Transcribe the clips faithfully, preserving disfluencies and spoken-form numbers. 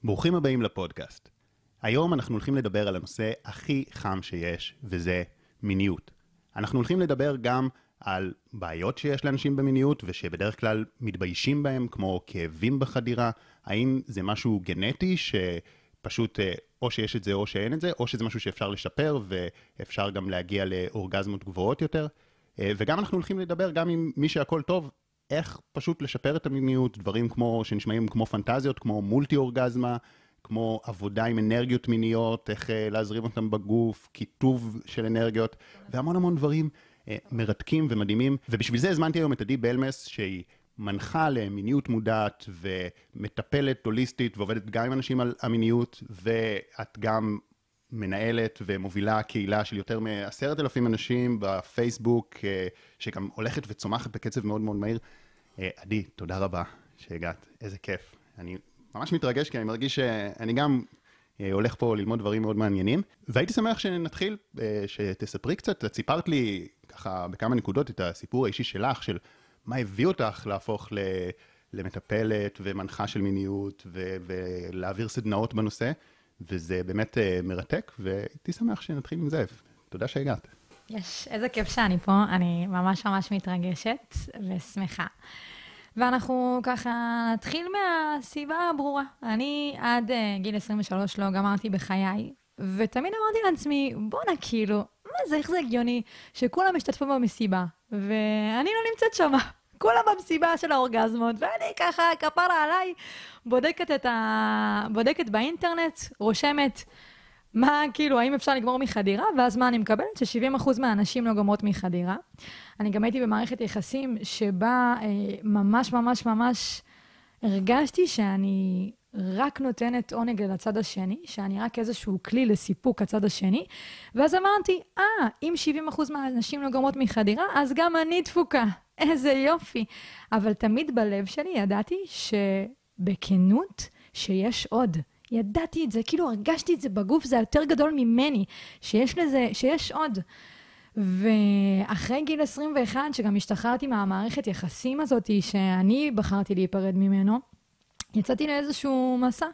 ברוכים הבאים לפודקאסט. היום אנחנו הולכים לדבר על הנושא הכי חם שיש, וזה מיניות. אנחנו הולכים לדבר גם על בעיות שיש לאנשים במיניות, ושבדרך כלל מתביישים בהם, כמו כאבים בחדירה. האם זה משהו גנטי שפשוט או שיש את זה או שאין את זה, או שזה משהו שאפשר לשפר, ואפשר גם להגיע לאורגזמות גבוהות יותר. וגם אנחנו הולכים לדבר גם עם מי שהכל טוב, איך פשוט לשפר את המיניות, דברים כמו, שנשמעים כמו פנטזיות, כמו מולטי-אורגזמה, כמו עבודה עם אנרגיות מיניות, איך אה, להזרים אותם בגוף, כיתוב של אנרגיות, והמון המון דברים אה, מרתקים ומדהימים. ובשביל זה הזמנתי היום את עדי בלמס, שהיא מנחה למיניות מודעת ומטפלת הוליסטית, ועובדת גם עם אנשים על המיניות, ואת גם מנהלת ומובילה קהילה של יותר מעשרת אלפים אנשים בפייסבוק, שגם הולכת וצומחת בקצב מאוד מאוד מהיר. עדי, תודה רבה שהגעת, איזה כיף. אני ממש מתרגש, כי אני מרגיש שאני גם הולך פה ללמוד דברים מאוד מעניינים, והייתי שמח שנתחיל, שתספרי קצת. את סיפרת לי ככה בכמה נקודות את הסיפור האישי שלך, של מה הביא אותך להפוך למטפלת ומנחה של מיניות, ולהעביר סדנאות בנושא. וזה באמת uh, מרתק, והייתי שמח שנתחיל עם זה. תודה שהגעת. יש, איזה כיף שאני פה, אני ממש ממש מתרגשת ושמחה. ואנחנו ככה נתחיל מהסיבה הברורה. אני עד uh, גיל עשרים ושלוש לא גמרתי בחיי, ותמיד אמרתי לעצמי, בוא'נה כאילו, מה זה, איך זה הגיוני שכולם השתתפו במסיבה, ואני לא נמצאת שמה. כולם במסיבה של האורגזמות, ואני ככה, כפרה עליי, בודקת את ה... בודקת באינטרנט, רושמת מה, כאילו, האם אפשר לגמור מחדירה, ואז מה אני מקבלת? ש-שבעים אחוז מהאנשים לא גומרות מחדירה. אני גם הייתי במערכת יחסים שבה אה, ממש ממש ממש הרגשתי שאני רק נותנת עונג לצד השני, שאני רק איזשהו כלי לסיפוק הצד השני, ואז אמרתי, אה, אם שבעים אחוז מהאנשים לא גומרות מחדירה, אז גם אני דפוקה. איזה יופי. אבל תמיד בלב שלי ידעתי שבכנות שיש עוד. ידעתי את זה, כאילו הרגשתי את זה בגוף, זה יותר גדול ממני, שיש לזה, שיש עוד. ואחרי גיל עשרים ואחת, שגם השתחררתי מהמערכת יחסים הזאת, שאני בחרתי להיפרד ממנו, יצאתי לאיזשהו מסע.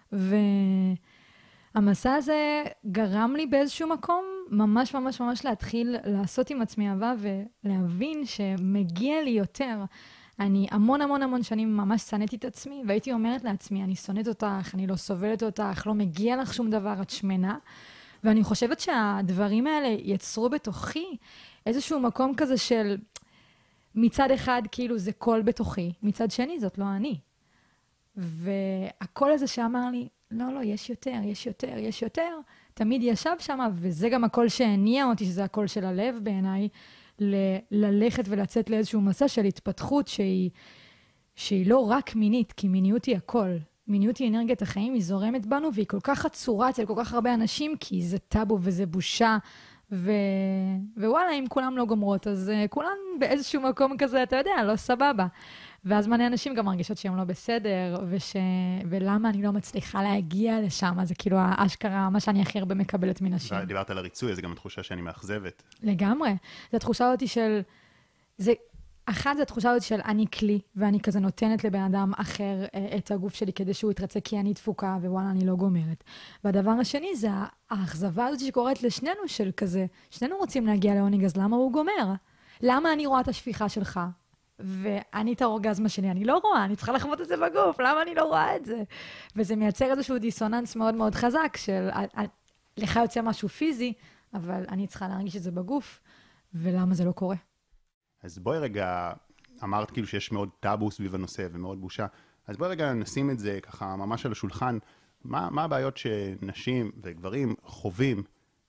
והמסע הזה גרם לי באיזשהו מקום, ממש ממש ממש להתחיל לעשות עם עצמי אהבה, ולהבין שמגיע לי יותר. אני המון המון המון שנים ממש שנאתי את עצמי, והייתי אומרת לעצמי, אני שונאת אותך, אני לא סובלת אותך, לא מגיע לך שום דבר, את שמנה. ואני חושבת שהדברים האלה יצרו בתוכי איזשהו מקום כזה של, מצד אחד כאילו זה קול בתוכי, מצד שני זאת לא אני. והקול הזה שאמר לי, לא, לא, יש יותר, יש יותר, יש יותר, תמיד ישב שם, וזה גם הקול שהניע אותי, שזה הקול של הלב בעיניי, ל- ללכת ולצאת לאיזשהו מסע של התפתחות שהיא, שהיא לא רק מינית, כי מיניות היא הכל. מיניות היא אנרגיית החיים, היא זורמת בנו, והיא כל כך עצורה אצל כל כך הרבה אנשים, כי זה טאבו וזה בושה, ו... ווואלה, אם כולם לא גומרות, אז uh, כולם באיזשהו מקום כזה, אתה יודע, לא סבבה. ואז מלא אנשים גם מרגישות שהם לא בסדר, וש... ולמה אני לא מצליחה להגיע לשם, זה כאילו האשכרה, מה שאני הכי הרבה מקבלת מנשים. דיברת על הריצוי, זה גם התחושה שאני מאכזבת. לגמרי. זו התחושה אותי של... זה... אחת, זו התחושה אותי של אני כלי, ואני כזה נותנת לבן אדם אחר את הגוף שלי, כדי שהוא יתרצה, כי אני דפוקה, ווואלה, אני לא גומרת. והדבר השני, זה האכזבה הזאת שקורית לשנינו של כזה, שנינו רוצים להגיע לעונג, אז למה הוא גומר? למה אני רואה את השפיכה שלך? ואני את האורגזמה שלי, אני לא רואה, אני צריכה לחוות את זה בגוף, למה אני לא רואה את זה? וזה מייצר איזשהו דיסוננס מאוד מאוד חזק, של לך יוצא משהו פיזי, אבל אני צריכה להרגיש את זה בגוף, ולמה זה לא קורה? אז בואי רגע, אמרת כאילו שיש מאוד טאבו סביב הנושא ומאוד בושה, אז בואי רגע נשים את זה ככה ממש על השולחן, מה, מה הבעיות שנשים וגברים חווים,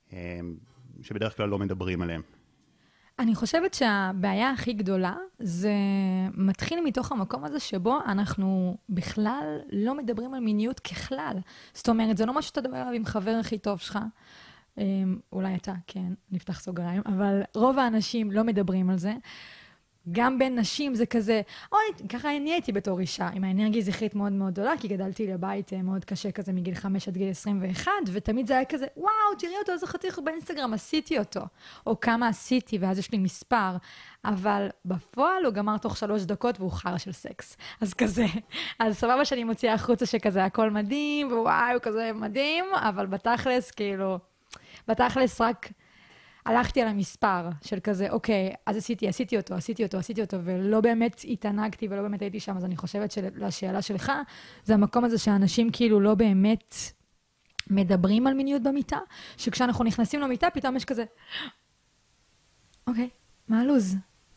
שבדרך כלל לא מדברים עליהם? אני חושבת שהבעיה הכי גדולה, זה מתחיל מתוך המקום הזה שבו אנחנו בכלל לא מדברים על מיניות ככלל. זאת אומרת, זה לא משהו שאתה דבר עליו עם חבר הכי טוב שלך, אולי אתה, כן, נפתח סוגריים, אבל רוב האנשים לא מדברים על זה. גם בין נשים זה כזה, אוי, ככה אני הייתי בתור אישה, עם האנרגיה זכרית מאוד מאוד גדולה, כי גדלתי לבית מאוד קשה כזה מגיל חמש עד גיל עשרים ואחת, ותמיד זה היה כזה, וואו, תראי אותו, איזה חתיך באינסטגרם, עשיתי אותו. או כמה עשיתי, ואז יש לי מספר. אבל בפועל הוא גמר תוך שלוש דקות, והוא חרא של סקס. אז כזה, אז סבבה שאני מוציאה החוצה שכזה הכל מדהים, ווואי, הוא כזה מדהים, אבל בתכלס, כאילו, בתכלס רק הלכתי על המספר של כזה, אוקיי, אז עשיתי, עשיתי אותו, עשיתי אותו, עשיתי אותו, ולא באמת התענגתי ולא באמת הייתי שם, אז אני חושבת שלשאלה שלך, זה המקום הזה שאנשים כאילו לא באמת מדברים על מיניות במיטה, שכשאנחנו נכנסים למיטה, פתאום יש כזה, אוקיי, מה הלוז?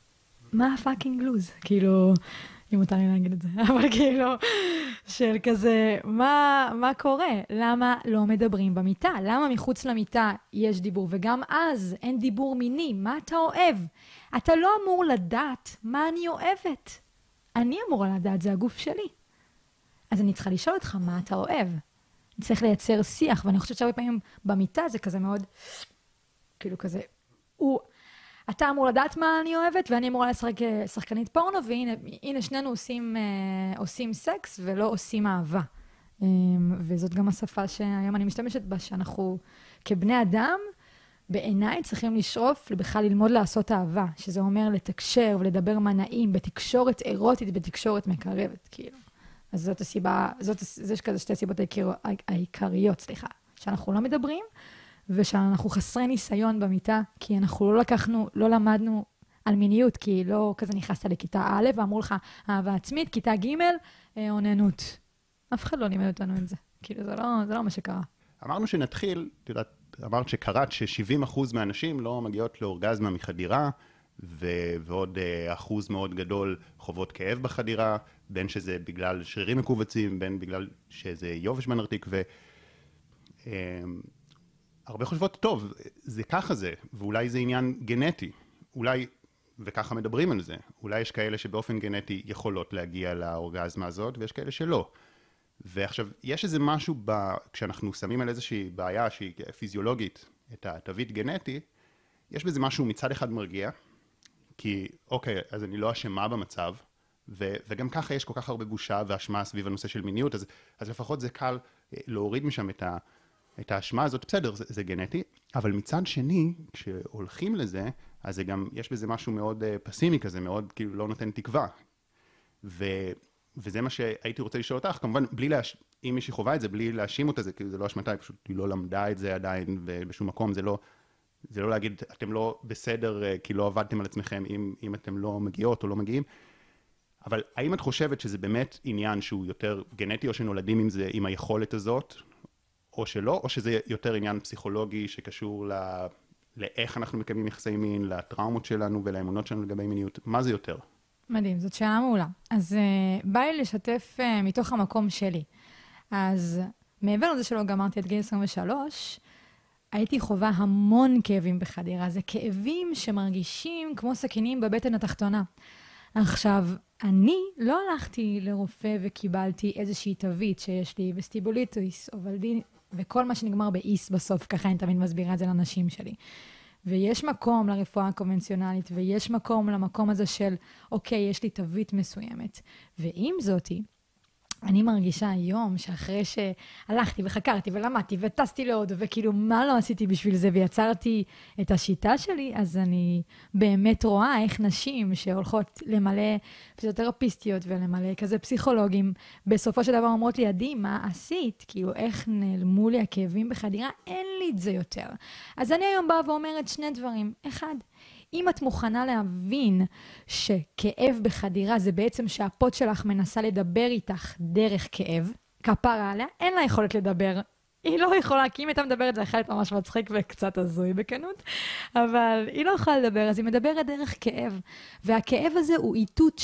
מה הפאקינג לוז? כאילו, אם מותר לי להגיד את זה, אבל כאילו, של כזה, מה, מה קורה? למה לא מדברים במיטה? למה מחוץ למיטה יש דיבור? וגם אז אין דיבור מיני. מה אתה אוהב? אתה לא אמור לדעת מה אני אוהבת. אני אמורה לדעת, זה הגוף שלי. אז אני צריכה לשאול אותך מה אתה אוהב. אני צריך לייצר שיח, ואני חושבת שהרבה פעמים במיטה זה כזה מאוד, כאילו כזה, הוא... אתה אמור לדעת מה אני אוהבת, ואני אמורה לשחק שחקנית פורנו, והנה הנה שנינו עושים, אה, עושים סקס ולא עושים אהבה. אה, וזאת גם השפה שהיום אני משתמשת בה, שאנחנו כבני אדם, בעיניי צריכים לשאוף בכלל ללמוד לעשות אהבה, שזה אומר לתקשר ולדבר מנעים, בתקשורת אירוטית, בתקשורת מקרבת, כאילו. אז זאת הסיבה, זאת, זה כזה שתי הסיבות העיקר, העיקריות, סליחה, שאנחנו לא מדברים, ושאנחנו חסרי ניסיון במיטה, כי אנחנו לא לקחנו, לא למדנו על מיניות, כי לא כזה נכנסת לכיתה א', ואמרו לך, אהבה עצמית, כיתה ג', עוננות. אף אחד לא לימד אותנו את זה. כאילו, זה לא, זה לא מה שקרה. אמרנו שנתחיל, תדעת, אמרת שקראת ש-שבעים אחוז מהאנשים לא מגיעות לאורגזמה מחדירה, ו- ועוד uh, אחוז מאוד גדול חוות כאב בחדירה, בין שזה בגלל שרירים מקובצים, בין בגלל שזה יובש בנרתיק, ו... Um, הרבה חושבות, טוב, זה ככה זה, ואולי זה עניין גנטי, אולי, וככה מדברים על זה, אולי יש כאלה שבאופן גנטי יכולות להגיע לאורגזמה הזאת, ויש כאלה שלא. ועכשיו, יש איזה משהו, ב... כשאנחנו שמים על איזושהי בעיה שהיא פיזיולוגית, את התווית גנטי, יש בזה משהו מצד אחד מרגיע, כי, אוקיי, אז אני לא אשמה במצב, ו... וגם ככה יש כל כך הרבה בושה והאשמה סביב הנושא של מיניות, אז, אז לפחות זה קל להוריד משם את ה... את האשמה הזאת, בסדר, זה, זה גנטי, אבל מצד שני, כשהולכים לזה, אז זה גם, יש בזה משהו מאוד uh, פסימי כזה, מאוד כאילו לא נותן תקווה. ו, וזה מה שהייתי רוצה לשאול אותך, כמובן, בלי להש... אם מישהי חובה את זה, בלי להאשים אותה, זה, כאילו, זה לא אשמתה, פשוט היא לא למדה את זה עדיין, ובשום מקום זה לא, זה לא להגיד, אתם לא בסדר, uh, כי לא עבדתם על עצמכם, אם, אם אתם לא מגיעות או לא מגיעים, אבל האם את חושבת שזה באמת עניין שהוא יותר גנטי, או שנולדים עם זה, עם היכולת הזאת, או שלא, או שזה יותר עניין פסיכולוגי שקשור ל... לאיך אנחנו מקיימים יחסי מין, לטראומות שלנו ולאמונות שלנו לגבי מיניות. מה זה יותר? מדהים, זאת שאלה מעולה. אז uh, בא לי לשתף uh, מתוך המקום שלי. אז מעבר לזה שלא גמרתי את גיל עשרים ושלוש, הייתי חובה המון כאבים בחדירה. זה כאבים שמרגישים כמו סכינים בבטן התחתונה. עכשיו, אני לא הלכתי לרופא וקיבלתי איזושהי תווית שיש לי וסטיבוליטיס או ולדין, וכל מה שנגמר באיס בסוף, ככה אני תמיד מסבירה את זה לאנשים שלי. ויש מקום לרפואה הקונבנציונלית, ויש מקום למקום הזה של, אוקיי, יש לי תווית מסוימת. ועם זאתי, אני מרגישה היום שאחרי שהלכתי וחקרתי ולמדתי וטסתי להודו, וכאילו מה לא עשיתי בשביל זה, ויצרתי את השיטה שלי, אז אני באמת רואה איך נשים שהולכות למלא פיזיותרפיסטיות ולמלא כזה פסיכולוגים, בסופו של דבר אומרות לי, עדי, מה עשית? כאילו, איך נעלמו לי הכאבים בחדירה? אין לי את זה יותר. אז אני היום באה ואומרת שני דברים. אחד, אם את מוכנה להבין שכאב בחדירה זה בעצם שהפות שלך מנסה לדבר איתך דרך כאב, כפרה עליה, אין לה יכולת לדבר. היא לא יכולה, כי אם הייתה מדברת זה אחרת ממש מצחיק וקצת הזוי בכנות, אבל היא לא יכולה לדבר, אז היא מדברת דרך כאב. והכאב הזה הוא איתות שלה.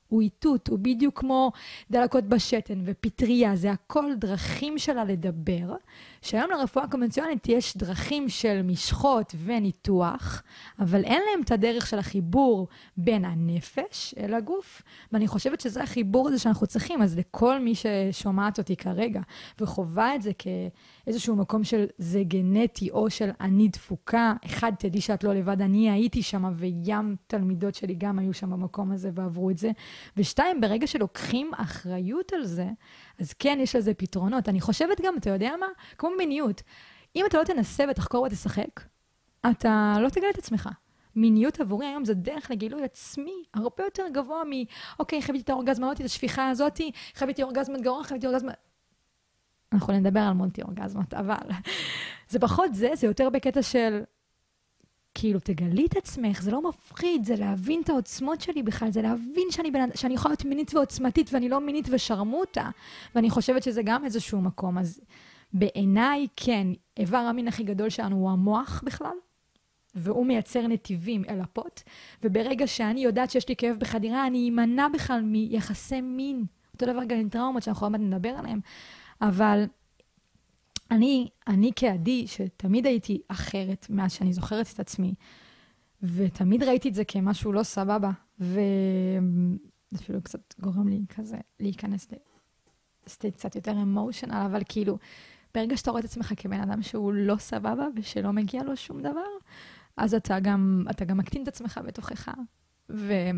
הוא איתות, הוא בדיוק כמו דלקות בשתן ופטריה, זה הכל דרכים שלה לדבר, שהיום לרפואה קונבנציונלית יש דרכים של משחות וניתוח, אבל אין להם את הדרך של החיבור בין הנפש אל הגוף, ואני חושבת שזה החיבור הזה שאנחנו צריכים, אז לכל מי ששומעת אותי כרגע, וחובה את זה כאיזשהו מקום של זה גנטי, או של אני דפוקה, אחד, תדעי שאת לא לבד, אני הייתי שם, וים תלמידות שלי גם היו שם במקום הזה, ועברו את זה, ושתיים, ברגע שלוקחים אחריות על זה, אז כן, יש לזה פתרונות. אני חושבת גם, אתה יודע מה? כמו מיניות. אם אתה לא תנסה ותחקור ותשחק, אתה לא תגלה את עצמך. מיניות עבורי היום זה דרך לגילוי עצמי, הרבה יותר גבוה מ, אוקיי, חוויתי את האורגזמה, את השפיכה הזאת, חוויתי אורגזמת גרון, חוויתי אורגזמה... אנחנו נדבר על מולטי אורגזמות, אבל זה פחות זה, זה יותר בקטע של, כאילו, תגלי את עצמך, זה לא מפחיד, זה להבין את העוצמות שלי בכלל, זה להבין שאני, בנ... שאני יכולה להיות מינית ועוצמתית, ואני לא מינית ושרמוטה, ואני חושבת שזה גם איזשהו מקום, אז בעיניי, כן, איבר המין הכי גדול שלנו הוא המוח בכלל, והוא מייצר נתיבים אל הפות, וברגע שאני יודעת שיש לי כאב בחדירה, אני אמנע בכלל מיחסי מין, אותו דבר גם עם טראומות שאנחנו עוד נדבר עליהם, אבל אני, אני כעדי, שתמיד הייתי אחרת מאז שאני זוכרת את עצמי, ותמיד ראיתי את זה כמשהו לא סבבה, ואפילו קצת גורם לי כזה להיכנס לסטייט קצת יותר אמושיונל, אבל כאילו, ברגע שאתה רואה את עצמך כבן אדם שהוא לא סבבה, ושלא מגיע לו שום דבר, אז אתה גם, אתה גם מקטין את עצמך בתוכך, ואיזה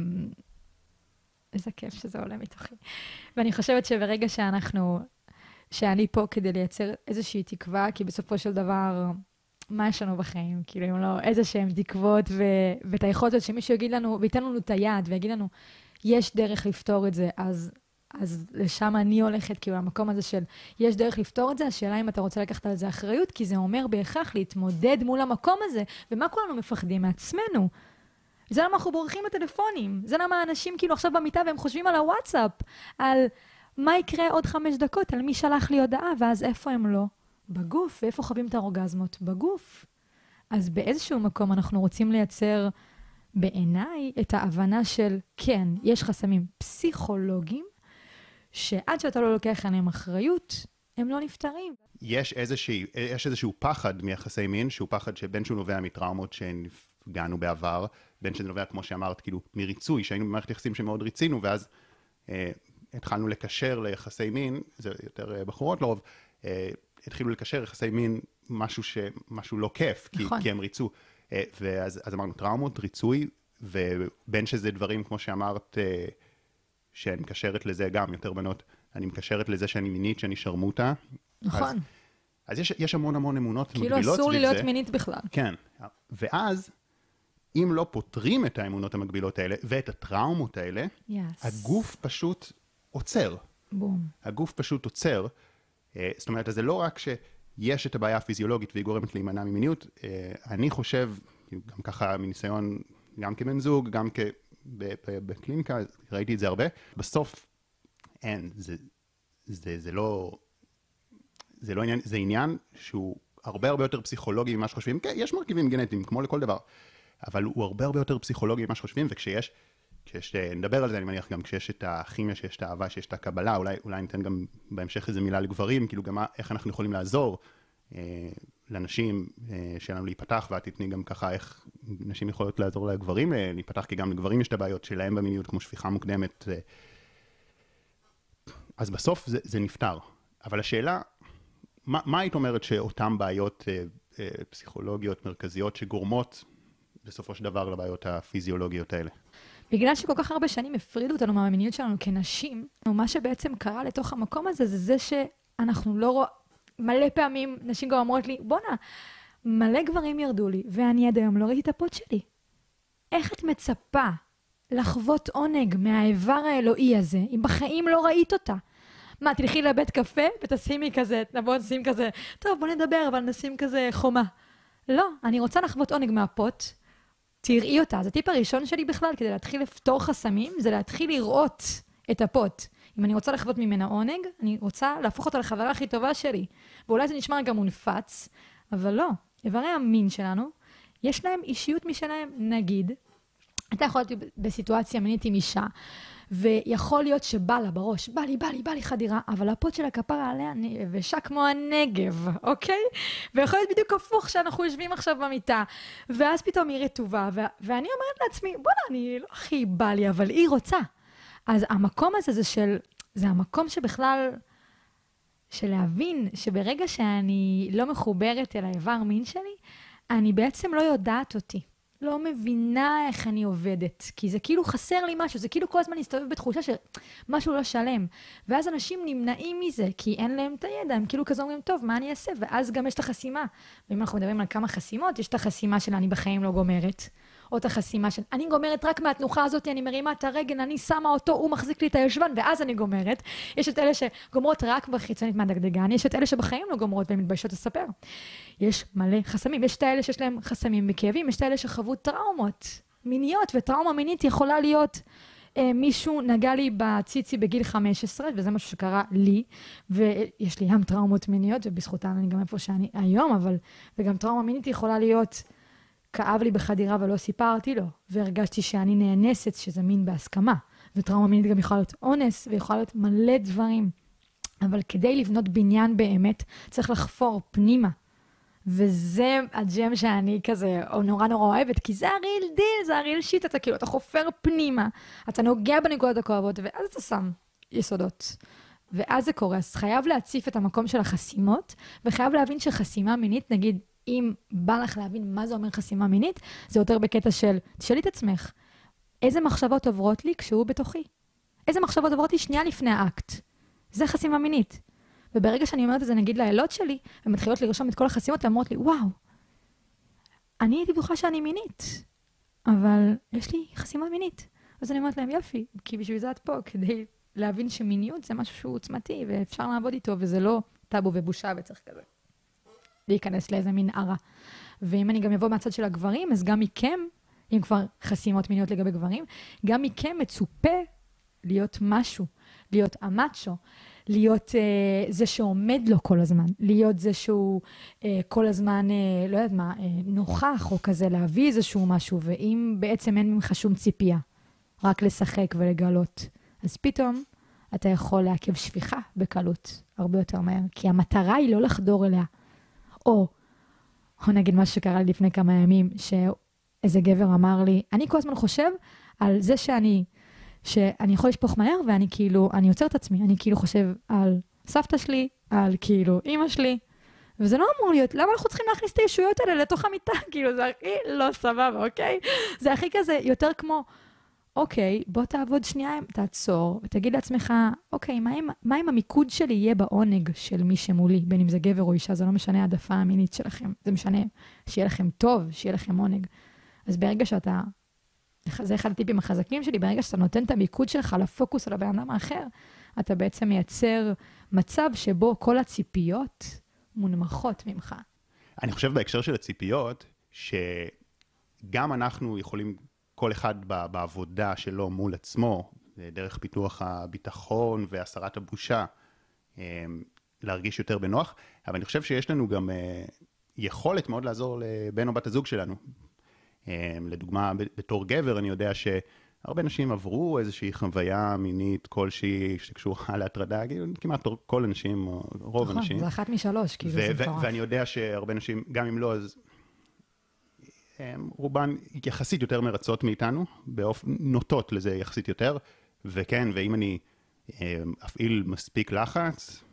כיף שזה עולה מתוכי. ואני חושבת שברגע שאנחנו... שאני פה כדי לייצר איזושהי תקווה, כי בסופו של דבר, מה יש לנו בחיים? כאילו, אם לא איזה שהם תקוות, ו... ואת היכולת שמישהו יגיד לנו, וייתן לנו את היד, ויגיד לנו, יש דרך לפתור את זה, אז, אז לשם אני הולכת, כאילו, למקום הזה של, יש דרך לפתור את זה, השאלה אם אתה רוצה לקחת על זה אחריות, כי זה אומר בהכרח להתמודד מול המקום הזה, ומה כולנו מפחדים מעצמנו? זה למה אנחנו בורחים בטלפונים, זה למה האנשים כאילו עכשיו במיטה, והם חושבים על הוואטסאפ, על... מה יקרה עוד חמש דקות? על מי שלח לי הודעה, ואז איפה הם לא? בגוף. ואיפה חווים את האורגזמות? בגוף. אז באיזשהו מקום אנחנו רוצים לייצר בעיניי את ההבנה של, כן, יש חסמים פסיכולוגיים, שעד שאתה לא לוקח עליהם אחריות, הם לא נפטרים. יש איזשהו, יש איזשהו פחד מיחסי מין, שהוא פחד שבין שהוא נובע מטראומות שנפגענו בעבר, בין שזה נובע, כמו שאמרת, כאילו, מריצוי, שהיינו במערכת יחסים שמאוד ריצינו, ואז... אה, התחלנו לקשר ליחסי מין, זה יותר בחורות לרוב, התחילו לקשר יחסי מין משהו ש... משהו לא כיף, כי, נכון. כי הם ריצו. ואז אז אמרנו טראומות, ריצוי, ובין שזה דברים, כמו שאמרת, שאני מקשרת לזה גם, יותר בנות, אני מקשרת לזה שאני מינית, שאני שרמוטה. נכון. אז, אז יש, יש המון המון אמונות כאילו מקבילות סביב זה. כאילו אסור לי להיות מינית בכלל. כן. ואז, אם לא פותרים את האמונות המקבילות האלה, ואת הטראומות האלה, yes. הגוף פשוט... עוצר. בום. הגוף פשוט עוצר. זאת אומרת, אז זה לא רק שיש את הבעיה הפיזיולוגית והיא גורמת להימנע ממיניות, אני חושב, גם ככה מניסיון, גם כבן זוג, גם בקליניקה, ראיתי את זה הרבה, בסוף אין, זה, זה, זה לא, זה לא עניין, זה עניין שהוא הרבה הרבה יותר פסיכולוגי ממה שחושבים, כן, יש מרכיבים גנטיים, כמו לכל דבר, אבל הוא הרבה הרבה יותר פסיכולוגי ממה שחושבים, וכשיש כשיש, נדבר על זה, אני מניח גם כשיש את הכימיה, שיש את האהבה, שיש את הקבלה, אולי, אולי ניתן גם בהמשך איזו מילה לגברים, כאילו גם איך אנחנו יכולים לעזור אה, לנשים אה, שלנו להיפתח, ואת תתני גם ככה איך נשים יכולות לעזור לגברים אה, להיפתח, כי גם לגברים יש את הבעיות שלהם במיניות, כמו שפיכה מוקדמת. אה, אז בסוף זה, זה נפתר. אבל השאלה, מה, מה היית אומרת שאותן בעיות אה, אה, פסיכולוגיות מרכזיות שגורמות בסופו של דבר לבעיות הפיזיולוגיות האלה? בגלל שכל כך הרבה שנים הפרידו אותנו מהמיניות שלנו כנשים, מה שבעצם קרה לתוך המקום הזה, זה זה שאנחנו לא רואים, מלא פעמים נשים גם אומרות לי, בונה, מלא גברים ירדו לי, ואני עד היום לא ראיתי את הפות שלי. איך את מצפה לחוות עונג מהאיבר האלוהי הזה, אם בחיים לא ראית אותה? מה, תלכי לבית קפה ותשימי כזה, בוא נשים כזה, טוב בוא נדבר, אבל נשים כזה חומה. לא, אני רוצה לחוות עונג מהפות, תראי אותה. זה הטיפ הראשון שלי בכלל, כדי להתחיל לפתור חסמים, זה להתחיל לראות את הפות. אם אני רוצה לחוות ממנה עונג, אני רוצה להפוך אותה לחברה הכי טובה שלי. ואולי זה נשמע גם מונפץ, אבל לא. איברי המין שלנו, יש להם אישיות משלהם. נגיד, אתה יכול להיות בסיטואציה מינית עם אישה, ויכול להיות שבא לה בראש, בא לי, בא לי, בא לי חדירה, אבל הפות של הכפרה עליה יבשה כמו הנגב, אוקיי? ויכול להיות בדיוק הפוך שאנחנו יושבים עכשיו במיטה, ואז פתאום היא רטובה, ו- ואני אומרת לעצמי, בוא'נה, אני לא הכי בא לי, אבל היא רוצה. אז המקום הזה זה של, זה המקום שבכלל, של להבין שברגע שאני לא מחוברת אל האיבר מין שלי, אני בעצם לא יודעת אותי. לא מבינה איך אני עובדת, כי זה כאילו חסר לי משהו, זה כאילו כל הזמן להסתובב בתחושה שמשהו לא שלם. ואז אנשים נמנעים מזה, כי אין להם את הידע, הם כאילו כזה אומרים, טוב, מה אני אעשה? ואז גם יש את החסימה. ואם אנחנו מדברים על כמה חסימות, יש את החסימה של אני בחיים לא גומרת, או את החסימה של אני גומרת רק מהתנוחה הזאת, אני מרימה את הרגל, אני שמה אותו, הוא מחזיק לי את הישבן, ואז אני גומרת. יש את אלה שגומרות רק בחיצונית מהדגדגן, יש את אלה שבחיים לא גומרות והן מתביישות לספר. יש מלא חסמים, יש את האלה שיש להם חסמים מכאבים, יש את האלה שחוו טראומות מיניות, וטראומה מינית יכולה להיות, אה, מישהו נגע לי בציצי בגיל חמש עשרה, וזה משהו שקרה לי, ויש לי גם טראומות מיניות, ובזכותן אני גם איפה שאני היום, אבל, וגם טראומה מינית יכולה להיות, כאב לי בחדירה ולא סיפרתי לו, והרגשתי שאני נאנסת, שזה מין בהסכמה, וטראומה מינית גם יכולה להיות אונס, ויכולה להיות מלא דברים, אבל כדי לבנות בניין באמת, צריך לחפור פנימה, וזה הג'ם שאני כזה נורא נורא אוהבת, כי זה הריל דיל, זה הריל שיט, אתה כאילו, אתה חופר פנימה, אתה נוגע בנקודות הכואבות, ואז אתה שם יסודות. ואז זה קורה, אז חייב להציף את המקום של החסימות, וחייב להבין שחסימה מינית, נגיד, אם בא לך להבין מה זה אומר חסימה מינית, זה יותר בקטע של, תשאלי את עצמך, איזה מחשבות עוברות לי כשהוא בתוכי? איזה מחשבות עוברות לי שנייה לפני האקט? זה חסימה מינית. וברגע שאני אומרת את זה, נגיד לילוד שלי, ומתחילות לרשום את כל החסימות, הן אומרות לי, וואו, אני הייתי בטוחה שאני מינית, אבל יש לי חסימה מינית. אז אני אומרת להם, יופי, כי בשביל זה את פה, כדי להבין שמיניות זה משהו שהוא עוצמתי, ואפשר לעבוד איתו, וזה לא טאבו ובושה, וצריך כזה להיכנס לאיזה מין ערה. ואם אני גם אבוא מהצד של הגברים, אז גם מכם, אם כבר חסימות מיניות לגבי גברים, גם מכם מצופה להיות משהו, להיות המאצ'ו, להיות אה, זה שעומד לו כל הזמן, להיות זה שהוא אה, כל הזמן, אה, לא יודעת מה, אה, נוכח או כזה, להביא איזשהו משהו, ואם בעצם אין ממך שום ציפייה, רק לשחק ולגלות, אז פתאום אתה יכול לעכב שפיכה בקלות, הרבה יותר מהר, כי המטרה היא לא לחדור אליה. או, או נגיד משהו שקרה לי לפני כמה ימים, שאיזה גבר אמר לי, אני כל הזמן חושב על זה שאני, שאני יכול לשפוך מהר, ואני כאילו, אני יוצר את עצמי, אני כאילו חושב על סבתא שלי, על כאילו אמא שלי, וזה לא אמור להיות, למה אנחנו צריכים להכניס את הישויות האלה לתוך המיטה? כאילו, זה הכי לא סבבה, אוקיי? זה הכי כזה, יותר כמו, אוקיי, בוא תעבוד שנייה, תעצור, ותגיד לעצמך, אוקיי, מה אם, מה אם המיקוד שלי יהיה בעונג של מי שמולי, בין אם זה גבר או אישה, זה לא משנה העדפה המינית שלכם, זה משנה שיהיה לכם טוב, שיהיה לכם עונג. אז ברגע שאתה, זה אחד הטיפים החזקים שלי, ברגע שאתה נותן את המיקוד שלך לפוקוס על הבן אדם האחר, אתה בעצם מייצר מצב שבו כל הציפיות מונמכות ממך. אני חושב בהקשר של הציפיות, שגם אנחנו יכולים, כל אחד בעבודה שלו מול עצמו, דרך פיתוח הביטחון והסרת הבושה, להרגיש יותר בנוח, אבל אני חושב שיש לנו גם יכולת מאוד לעזור לבן או בת הזוג שלנו. לדוגמה, בתור גבר, אני יודע שהרבה נשים עברו איזושהי חוויה מינית כלשהי שקשורה להטרדה, כמעט כל אנשים, רוב נכון, אנשים. זה אחת משלוש, כאילו זה מטורף. ואני יודע שהרבה נשים, גם אם לא, אז רובן יחסית יותר מרצות מאיתנו, באופן, נוטות לזה יחסית יותר, וכן, ואם אני אפעיל מספיק לחץ,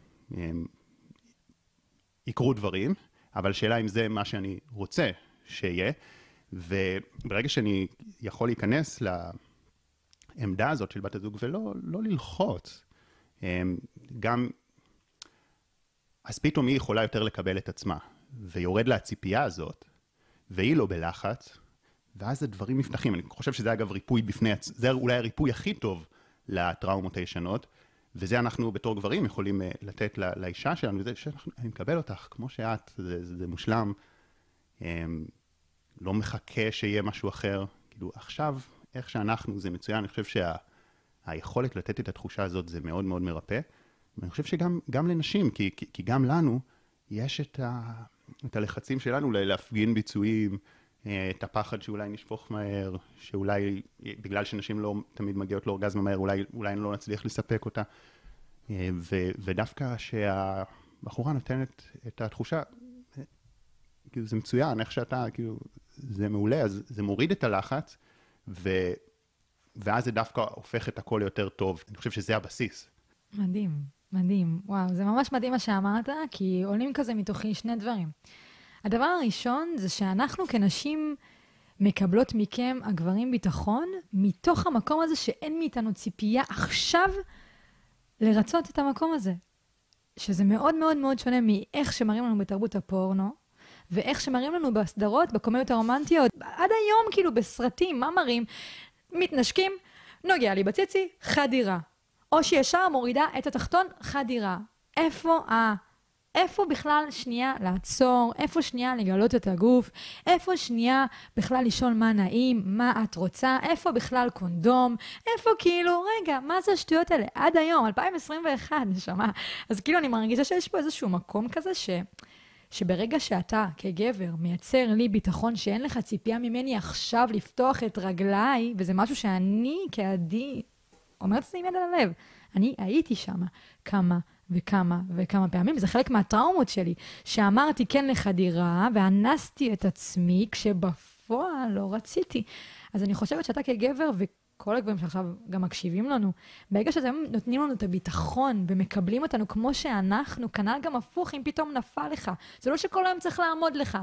יקרו דברים, אבל שאלה אם זה מה שאני רוצה שיהיה, וברגע שאני יכול להיכנס לעמדה הזאת של בת הזוג ולא לא ללחוץ, גם, אז פתאום היא יכולה יותר לקבל את עצמה, ויורד לה הציפייה הזאת, והיא לא בלחץ, ואז הדברים נפתחים. אני חושב שזה אגב ריפוי בפני, זה אולי הריפוי הכי טוב לטראומות הישנות, וזה אנחנו בתור גברים יכולים לתת לא, לאישה שלנו, וזה שאנחנו, אני מקבל אותך כמו שאת, זה, זה, זה מושלם, לא מחכה שיהיה משהו אחר, כאילו עכשיו, איך שאנחנו, זה מצוין, אני חושב שהיכולת שה, לתת את התחושה הזאת זה מאוד מאוד מרפא, ואני חושב שגם גם לנשים, כי, כי, כי גם לנו יש את, ה, את הלחצים שלנו להפגין ביצועים, את הפחד שאולי נשפוך מהר, שאולי בגלל שנשים לא תמיד מגיעות לאורגזמה מהר, אולי, אולי לא נצליח לספק אותה. ו, ודווקא שהבחורה נותנת את התחושה, כאילו זה מצוין, איך שאתה, כאילו, זה מעולה, אז זה מוריד את הלחץ, ו, ואז זה דווקא הופך את הכל יותר טוב. אני חושב שזה הבסיס. מדהים, מדהים. וואו, זה ממש מדהים מה שאמרת, כי עולים כזה מתוכי שני דברים. הדבר הראשון זה שאנחנו כנשים מקבלות מכם, הגברים, ביטחון, מתוך המקום הזה שאין מאיתנו ציפייה עכשיו לרצות את המקום הזה. שזה מאוד מאוד מאוד שונה מאיך שמראים לנו בתרבות הפורנו, ואיך שמראים לנו בסדרות, בקומדיות הרומנטיות, עד היום כאילו בסרטים, מה מראים? מתנשקים, נוגע לי בציצי, חדירה. או שישר מורידה את התחתון, חדירה. איפה ה... איפה בכלל שנייה לעצור, איפה שנייה לגלות את הגוף, איפה שנייה בכלל לשאול מה נעים, מה את רוצה, איפה בכלל קונדום, איפה כאילו, רגע, מה זה השטויות האלה? עד היום, אלפיים עשרים ואחת, נשמע. אז כאילו אני מרגישה שיש פה איזשהו מקום כזה ש... שברגע שאתה כגבר מייצר לי ביטחון שאין לך ציפייה ממני עכשיו לפתוח את רגליי, וזה משהו שאני כעדי אומרת את זה עם יד על הלב, אני הייתי שם כמה וכמה וכמה פעמים, וזה חלק מהטראומות שלי, שאמרתי כן לחדירה, ואנסתי את עצמי כשבפועל לא רציתי. אז אני חושבת שאתה כגבר, וכל הגברים שעכשיו גם מקשיבים לנו, ברגע שזה נותנים לנו את הביטחון, ומקבלים אותנו כמו שאנחנו, כנ"ל גם הפוך, אם פתאום נפל לך. זה לא שכל היום צריך לעמוד לך.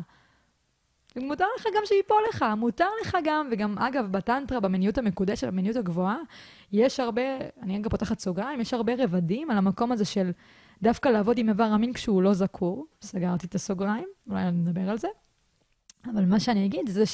מותר לך גם שיפול לך, מותר לך גם, וגם אגב בטנטרה, במיניות המקודשת, במיניות הגבוהה, יש הרבה, אני אגב פותחת סוגריים, יש הרבה רבדים על המקום הזה של דווקא לעבוד עם איבר המין כשהוא לא זכור, סגרתי את הסוגריים, אולי נדבר על זה, אבל מה שאני אגיד זה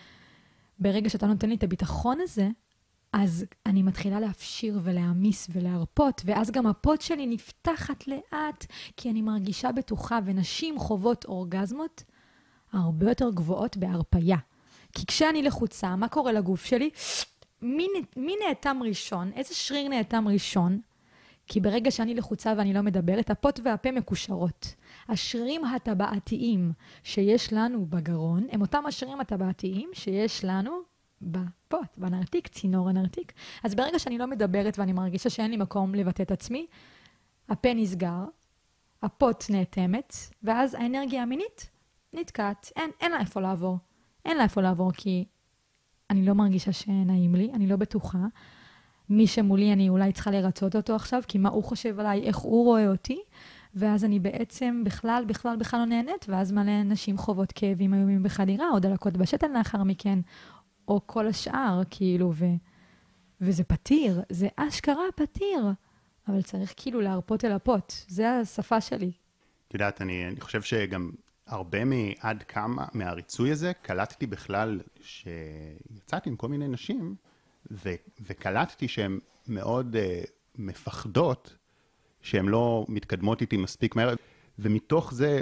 שברגע שאתה נותן לי את הביטחון הזה, אז אני מתחילה להפשיר ולהעמיס ולהרפות, ואז גם הפות שלי נפתחת לאט, כי אני מרגישה בטוחה, ונשים חוות אורגזמות, הרבה יותר גבוהות בהרפיה. כי כשאני לחוצה, מה קורה לגוף שלי? מי, מי נאטם ראשון? איזה שריר נאטם ראשון? כי ברגע שאני לחוצה ואני לא מדברת, הפות והפה מקושרות. השרירים הטבעתיים שיש לנו בגרון, הם אותם השרירים הטבעתיים שיש לנו בפות, בנרתיק, צינור הנרתיק. אז ברגע שאני לא מדברת ואני מרגישה שאין לי מקום לבטא את עצמי, הפה נסגר, הפות נאטמת, ואז האנרגיה המינית נתקעת, אין, אין לה איפה לעבור. אין לה איפה לעבור, כי אני לא מרגישה שנעים לי, אני לא בטוחה. מי שמולי אני אולי צריכה לרצות אותו עכשיו, כי מה הוא חושב עליי, איך הוא רואה אותי, ואז אני בעצם בכלל, בכלל, בכלל לא נהנית, ואז מלא נשים חוות כאבים איומים בחדירה, או דלקות בשתן לאחר מכן, או כל השאר, כאילו, ו... וזה פתיר, זה אשכרה פתיר, אבל צריך כאילו להרפות אל הפות, זה השפה שלי. את יודעת, אני, אני חושב שגם הרבה מעד כמה, מהריצוי הזה, קלטתי בכלל שיצאתי עם כל מיני נשים, ו, וקלטתי שהן מאוד uh, מפחדות, שהן לא מתקדמות איתי מספיק מהר, ומתוך זה,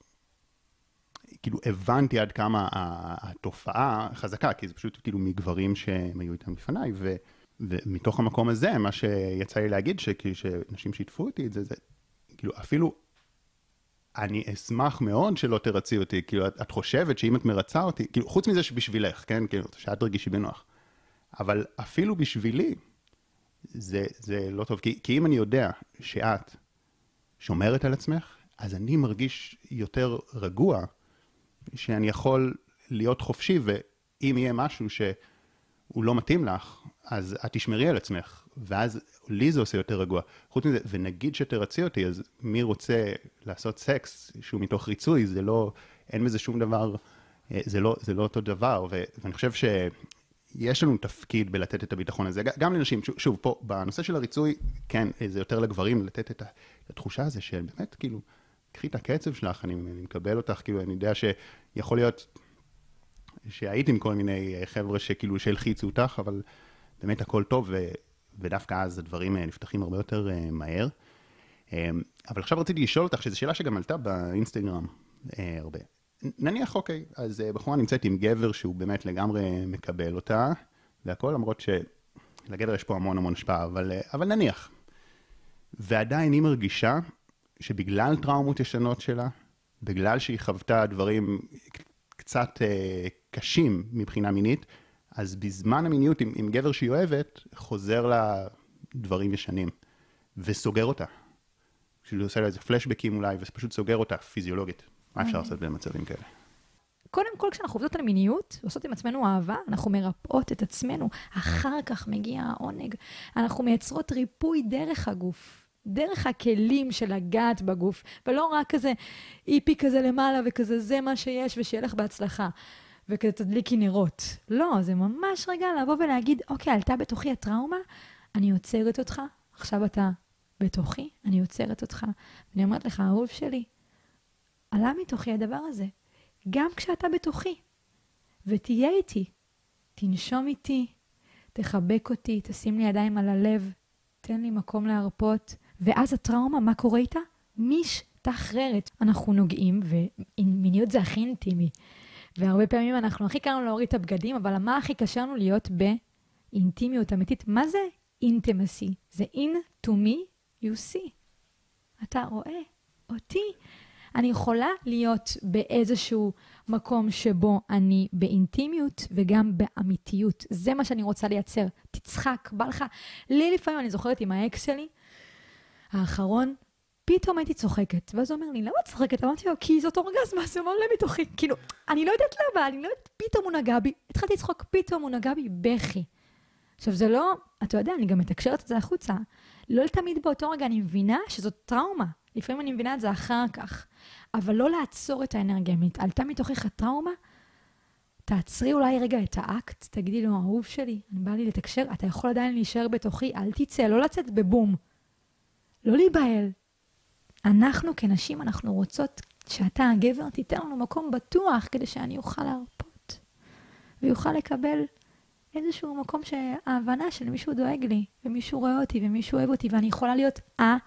כאילו הבנתי עד כמה התופעה חזקה, כי זה פשוט כאילו מגברים שהם היו איתם לפניי, ו, ומתוך המקום הזה, מה שיצא לי להגיד, שנשים שיתפו אותי את זה, זה כאילו אפילו, אני אשמח מאוד שלא תרצי אותי, כאילו את, את חושבת שאם את מרצה אותי, כאילו חוץ מזה שבשבילך, כן, כאילו שאת תרגישי בנוח, אבל אפילו בשבילי, זה, זה לא טוב, כי, כי אם אני יודע שאת שומרת על עצמך, אז אני מרגיש יותר רגוע, שאני יכול להיות חופשי, ואם יהיה משהו שהוא לא מתאים לך, אז את תשמרי על עצמך, ואז לי זה עושה יותר רגוע. חוץ מזה, ונגיד שתרצי אותי, אז מי רוצה לעשות סקס שהוא מתוך ריצוי, זה לא, אין בזה שום דבר, זה לא, זה לא אותו דבר, ו, ואני חושב שיש לנו תפקיד בלתת את הביטחון הזה, גם לנשים, שוב, שוב פה, בנושא של הריצוי, כן, זה יותר לגברים, לתת את התחושה הזה של באמת, כאילו, קחי את הקצב שלך, אני, אני מקבל אותך, כאילו, אני יודע שיכול להיות שהייתי עם כל מיני חבר'ה שכאילו שהלחיצו אותך, אבל באמת הכל טוב, ו, ודווקא אז הדברים נפתחים הרבה יותר מהר. אבל עכשיו רציתי לשאול אותך, שזו שאלה שגם עלתה באינסטגרם הרבה. נניח, אוקיי, אז בחורה נמצאת עם גבר שהוא באמת לגמרי מקבל אותה, והכל, למרות שלגבר יש פה המון המון השפעה, אבל, אבל נניח. ועדיין היא מרגישה שבגלל טראומות ישנות שלה, בגלל שהיא חוותה דברים קצת אה, קשים מבחינה מינית, אז בזמן המיניות, עם, עם גבר שהיא אוהבת, חוזר לה דברים ישנים, וסוגר אותה. כשהוא עושה לה איזה פלשבקים אולי, ופשוט סוגר אותה פיזיולוגית. מה אפשר לעשות במצבים כאלה? קודם כל, כשאנחנו עובדות על מיניות, עושות עם עצמנו אהבה, אנחנו מרפאות את עצמנו, אחר כך מגיע העונג. אנחנו מייצרות ריפוי דרך הגוף, דרך הכלים של הגעת בגוף, ולא רק כזה איפי כזה למעלה, וכזה זה מה שיש, ושיהיה לך בהצלחה, וכזה תדליקי נרות. לא, זה ממש רגע לבוא ולהגיד, אוקיי, עלתה בתוכי הטראומה, אני עוצרת אותך, עכשיו אתה בתוכי, אני עוצרת אותך, ואני אומרת לך, האהוב שלי, עלה מתוכי הדבר הזה. גם כשאתה בתוכי, ותהיה איתי, תנשום איתי, תחבק אותי, תשים לי ידיים על הלב, תן לי מקום להרפות, ואז הטראומה, מה קורה איתה? משתחררת. אנחנו נוגעים, ומיניות זה הכי אינטימי, והרבה פעמים אנחנו הכי קל לנו להוריד את הבגדים, אבל מה הכי קשה לנו להיות באינטימיות אמיתית? מה זה intimacy? זה in to me you see. אתה רואה אותי. אני יכולה להיות באיזשהו מקום שבו אני באינטימיות וגם באמיתיות. זה מה שאני רוצה לייצר. תצחק, בא לך. לי לפעמים, אני זוכרת עם האקס שלי, האחרון, פתאום הייתי צוחקת. ואז הוא אומר לי, למה צוחקת? אמרתי לו, כי זאת אורגזמה, זה אומר לי מתוכי. כאילו, אני לא יודעת למה, אני לא יודעת, פתאום הוא נגע בי. התחלתי לצחוק, פתאום הוא נגע בי בכי. עכשיו, זה לא, אתה יודע, אני גם מתקשרת את זה החוצה. לא תמיד באותו רגע אני מבינה שזאת טראומה. לפעמים אני מבינה את זה אחר כך. אבל לא לעצור את האנרגיה. עלתה מתוכך הטראומה, תעצרי אולי רגע את האקט, תגידי לו, אהוב שלי, אני בא לי לתקשר, אתה יכול עדיין להישאר בתוכי, אל תצא, לא לצאת בבום. לא להיבהל. אנחנו כנשים, אנחנו רוצות שאתה הגבר תיתן לנו מקום בטוח, כדי שאני אוכל להרפות. ויוכל לקבל איזשהו מקום שההבנה של מישהו דואג לי, ומישהו רואה אותי, ומישהו אוהב אותי, ואני יכולה להיות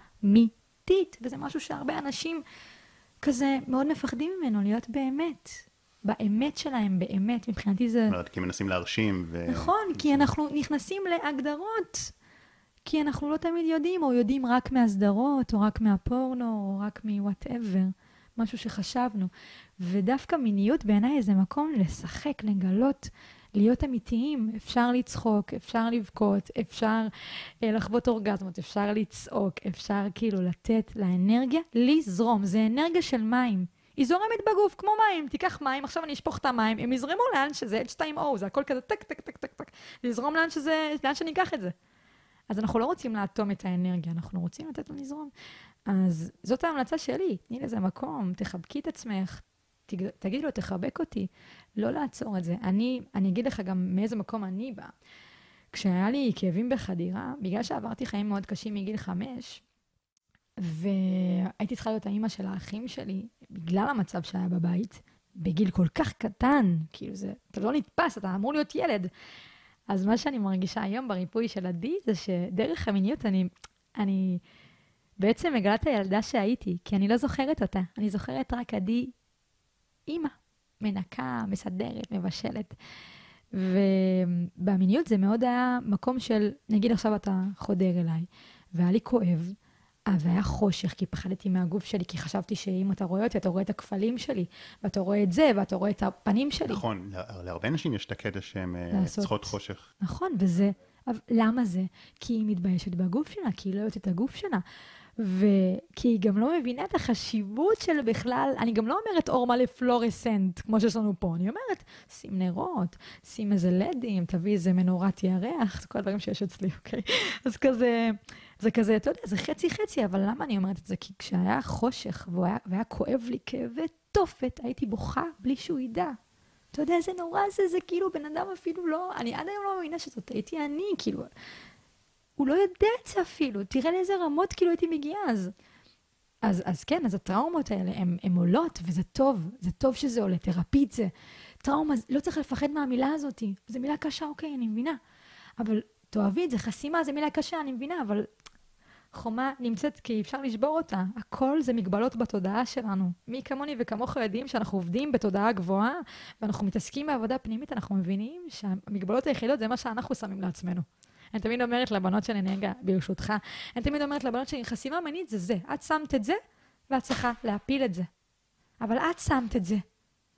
אמיתית. וזה משהו שהרבה אנשים כזה מאוד מפחדים ממנו, להיות באמת. באמת שלהם, באמת. מבחינתי זה... אומרת, כי מנסים להרשים ו... נכון, כי אנחנו נכנסים להגדרות. כי אנחנו לא תמיד יודעים, או יודעים רק מהסדרות, או רק מהפורנו, או רק מ-whatever. משהו שחשבנו. ודווקא מיניות בעיניי זה מקום לשחק, לגלות, להיות אמיתיים. אפשר לצחוק, אפשר לבכות, אפשר אה, לחוות אורגזמות, אפשר לצעוק, אפשר כאילו לתת לאנרגיה לזרום. זה אנרגיה של מים. היא זורמת בגוף, כמו מים. תיקח מים, עכשיו אני אשפוך את המים, הם יזרמו לאן שזה אייץ' טו או, זה הכל כזה טק, טק, טק, טק, טק. לזרום לאן שזה, לאן שניקח את זה. אז אנחנו לא רוצים לאטום את האנרגיה, אנחנו רוצים לתת לו לזרום. אז זאת ההמלצה שלי, תני לזה מקום, תחבקי את עצמך, תגידי לו, תחבק אותי, לא לעצור את זה. אני, אני אגיד לך גם מאיזה מקום אני באה. כשהיה לי כאבים בחדירה, בגלל שעברתי חיים מאוד קשים מגיל חמש, והייתי צריכה להיות האמא של האחים שלי, בגלל המצב שהיה בבית, בגיל כל כך קטן, כאילו זה, אתה לא נתפס, אתה אמור להיות ילד. אז מה שאני מרגישה היום בריפוי של עדי, זה שדרך המיניות אני, אני בעצם מגלה את הילדה שהייתי, כי אני לא זוכרת אותה. אני זוכרת רק עדי אימא, מנקה, מסדרת, מבשלת. ובמיניות זה מאוד היה מקום של, נגיד עכשיו אתה חודר אליי, והיה לי כואב, והיה חושך, כי פחדתי מהגוף שלי, כי חשבתי שאם אתה רואה אותי, אתה רואה את הכפלים שלי, ואתה רואה את זה, ואתה רואה את הפנים שלי. נכון, להרבה נשים יש את הקטע שהן צריכות חושך. נכון, וזה, למה זה? כי היא מתביישת בגוף שלה, כי היא לא יודעת את הגוף שלה, וכי היא גם לא מבינה את החשיבות של בכלל, אני גם לא אומרת אור מלא פלורסנט, כמו שיש לנו פה, אני אומרת, שים נרות, שים איזה לדים, תביא איזה מנורת ירח, זה כל הדברים שיש אצלי, אוקיי? אז כזה, זה כזה, אתה יודע, זה חצי חצי, אבל למה אני אומרת את זה? כי כשהיה חושך, והיה, והיה כואב לי כאבי תופת, הייתי בוכה בלי שהוא ידע. אתה יודע, זה נורא זה, זה כאילו בן אדם אפילו לא, אני עד היום לא מאמינה שזאת הייתי אני, כאילו, הוא לא יודע את זה אפילו, תראה לאיזה רמות כאילו הייתי מגיעה אז. אז, אז כן, אז הטראומות האלה, הן עולות, וזה טוב, זה טוב שזה עולה, תרפי את זה. טראומה, לא צריך לפחד מהמילה הזאת, זו מילה קשה, אוקיי, אני מבינה. אבל תאהבי את זה, חסימה, זו מילה קשה, אני מבינה, אבל חומה נמצאת כי אפשר לשבור אותה. הכל זה מגבלות בתודעה שלנו. מי כמוני וכמוך יודעים שאנחנו עובדים בתודעה גבוהה, ואנחנו מתעסקים בעבודה פנימית, אנחנו מבינים שהמגבלות היחידות זה מה שאנחנו שמים לעצמנו. אני תמיד אומרת לבנות שלי, נגע, ברשותך, אני תמיד אומרת לבנות שלי, חסימה מינית זה זה. את שמת את זה, ואת צריכה להפיל את זה. אבל את שמת את זה.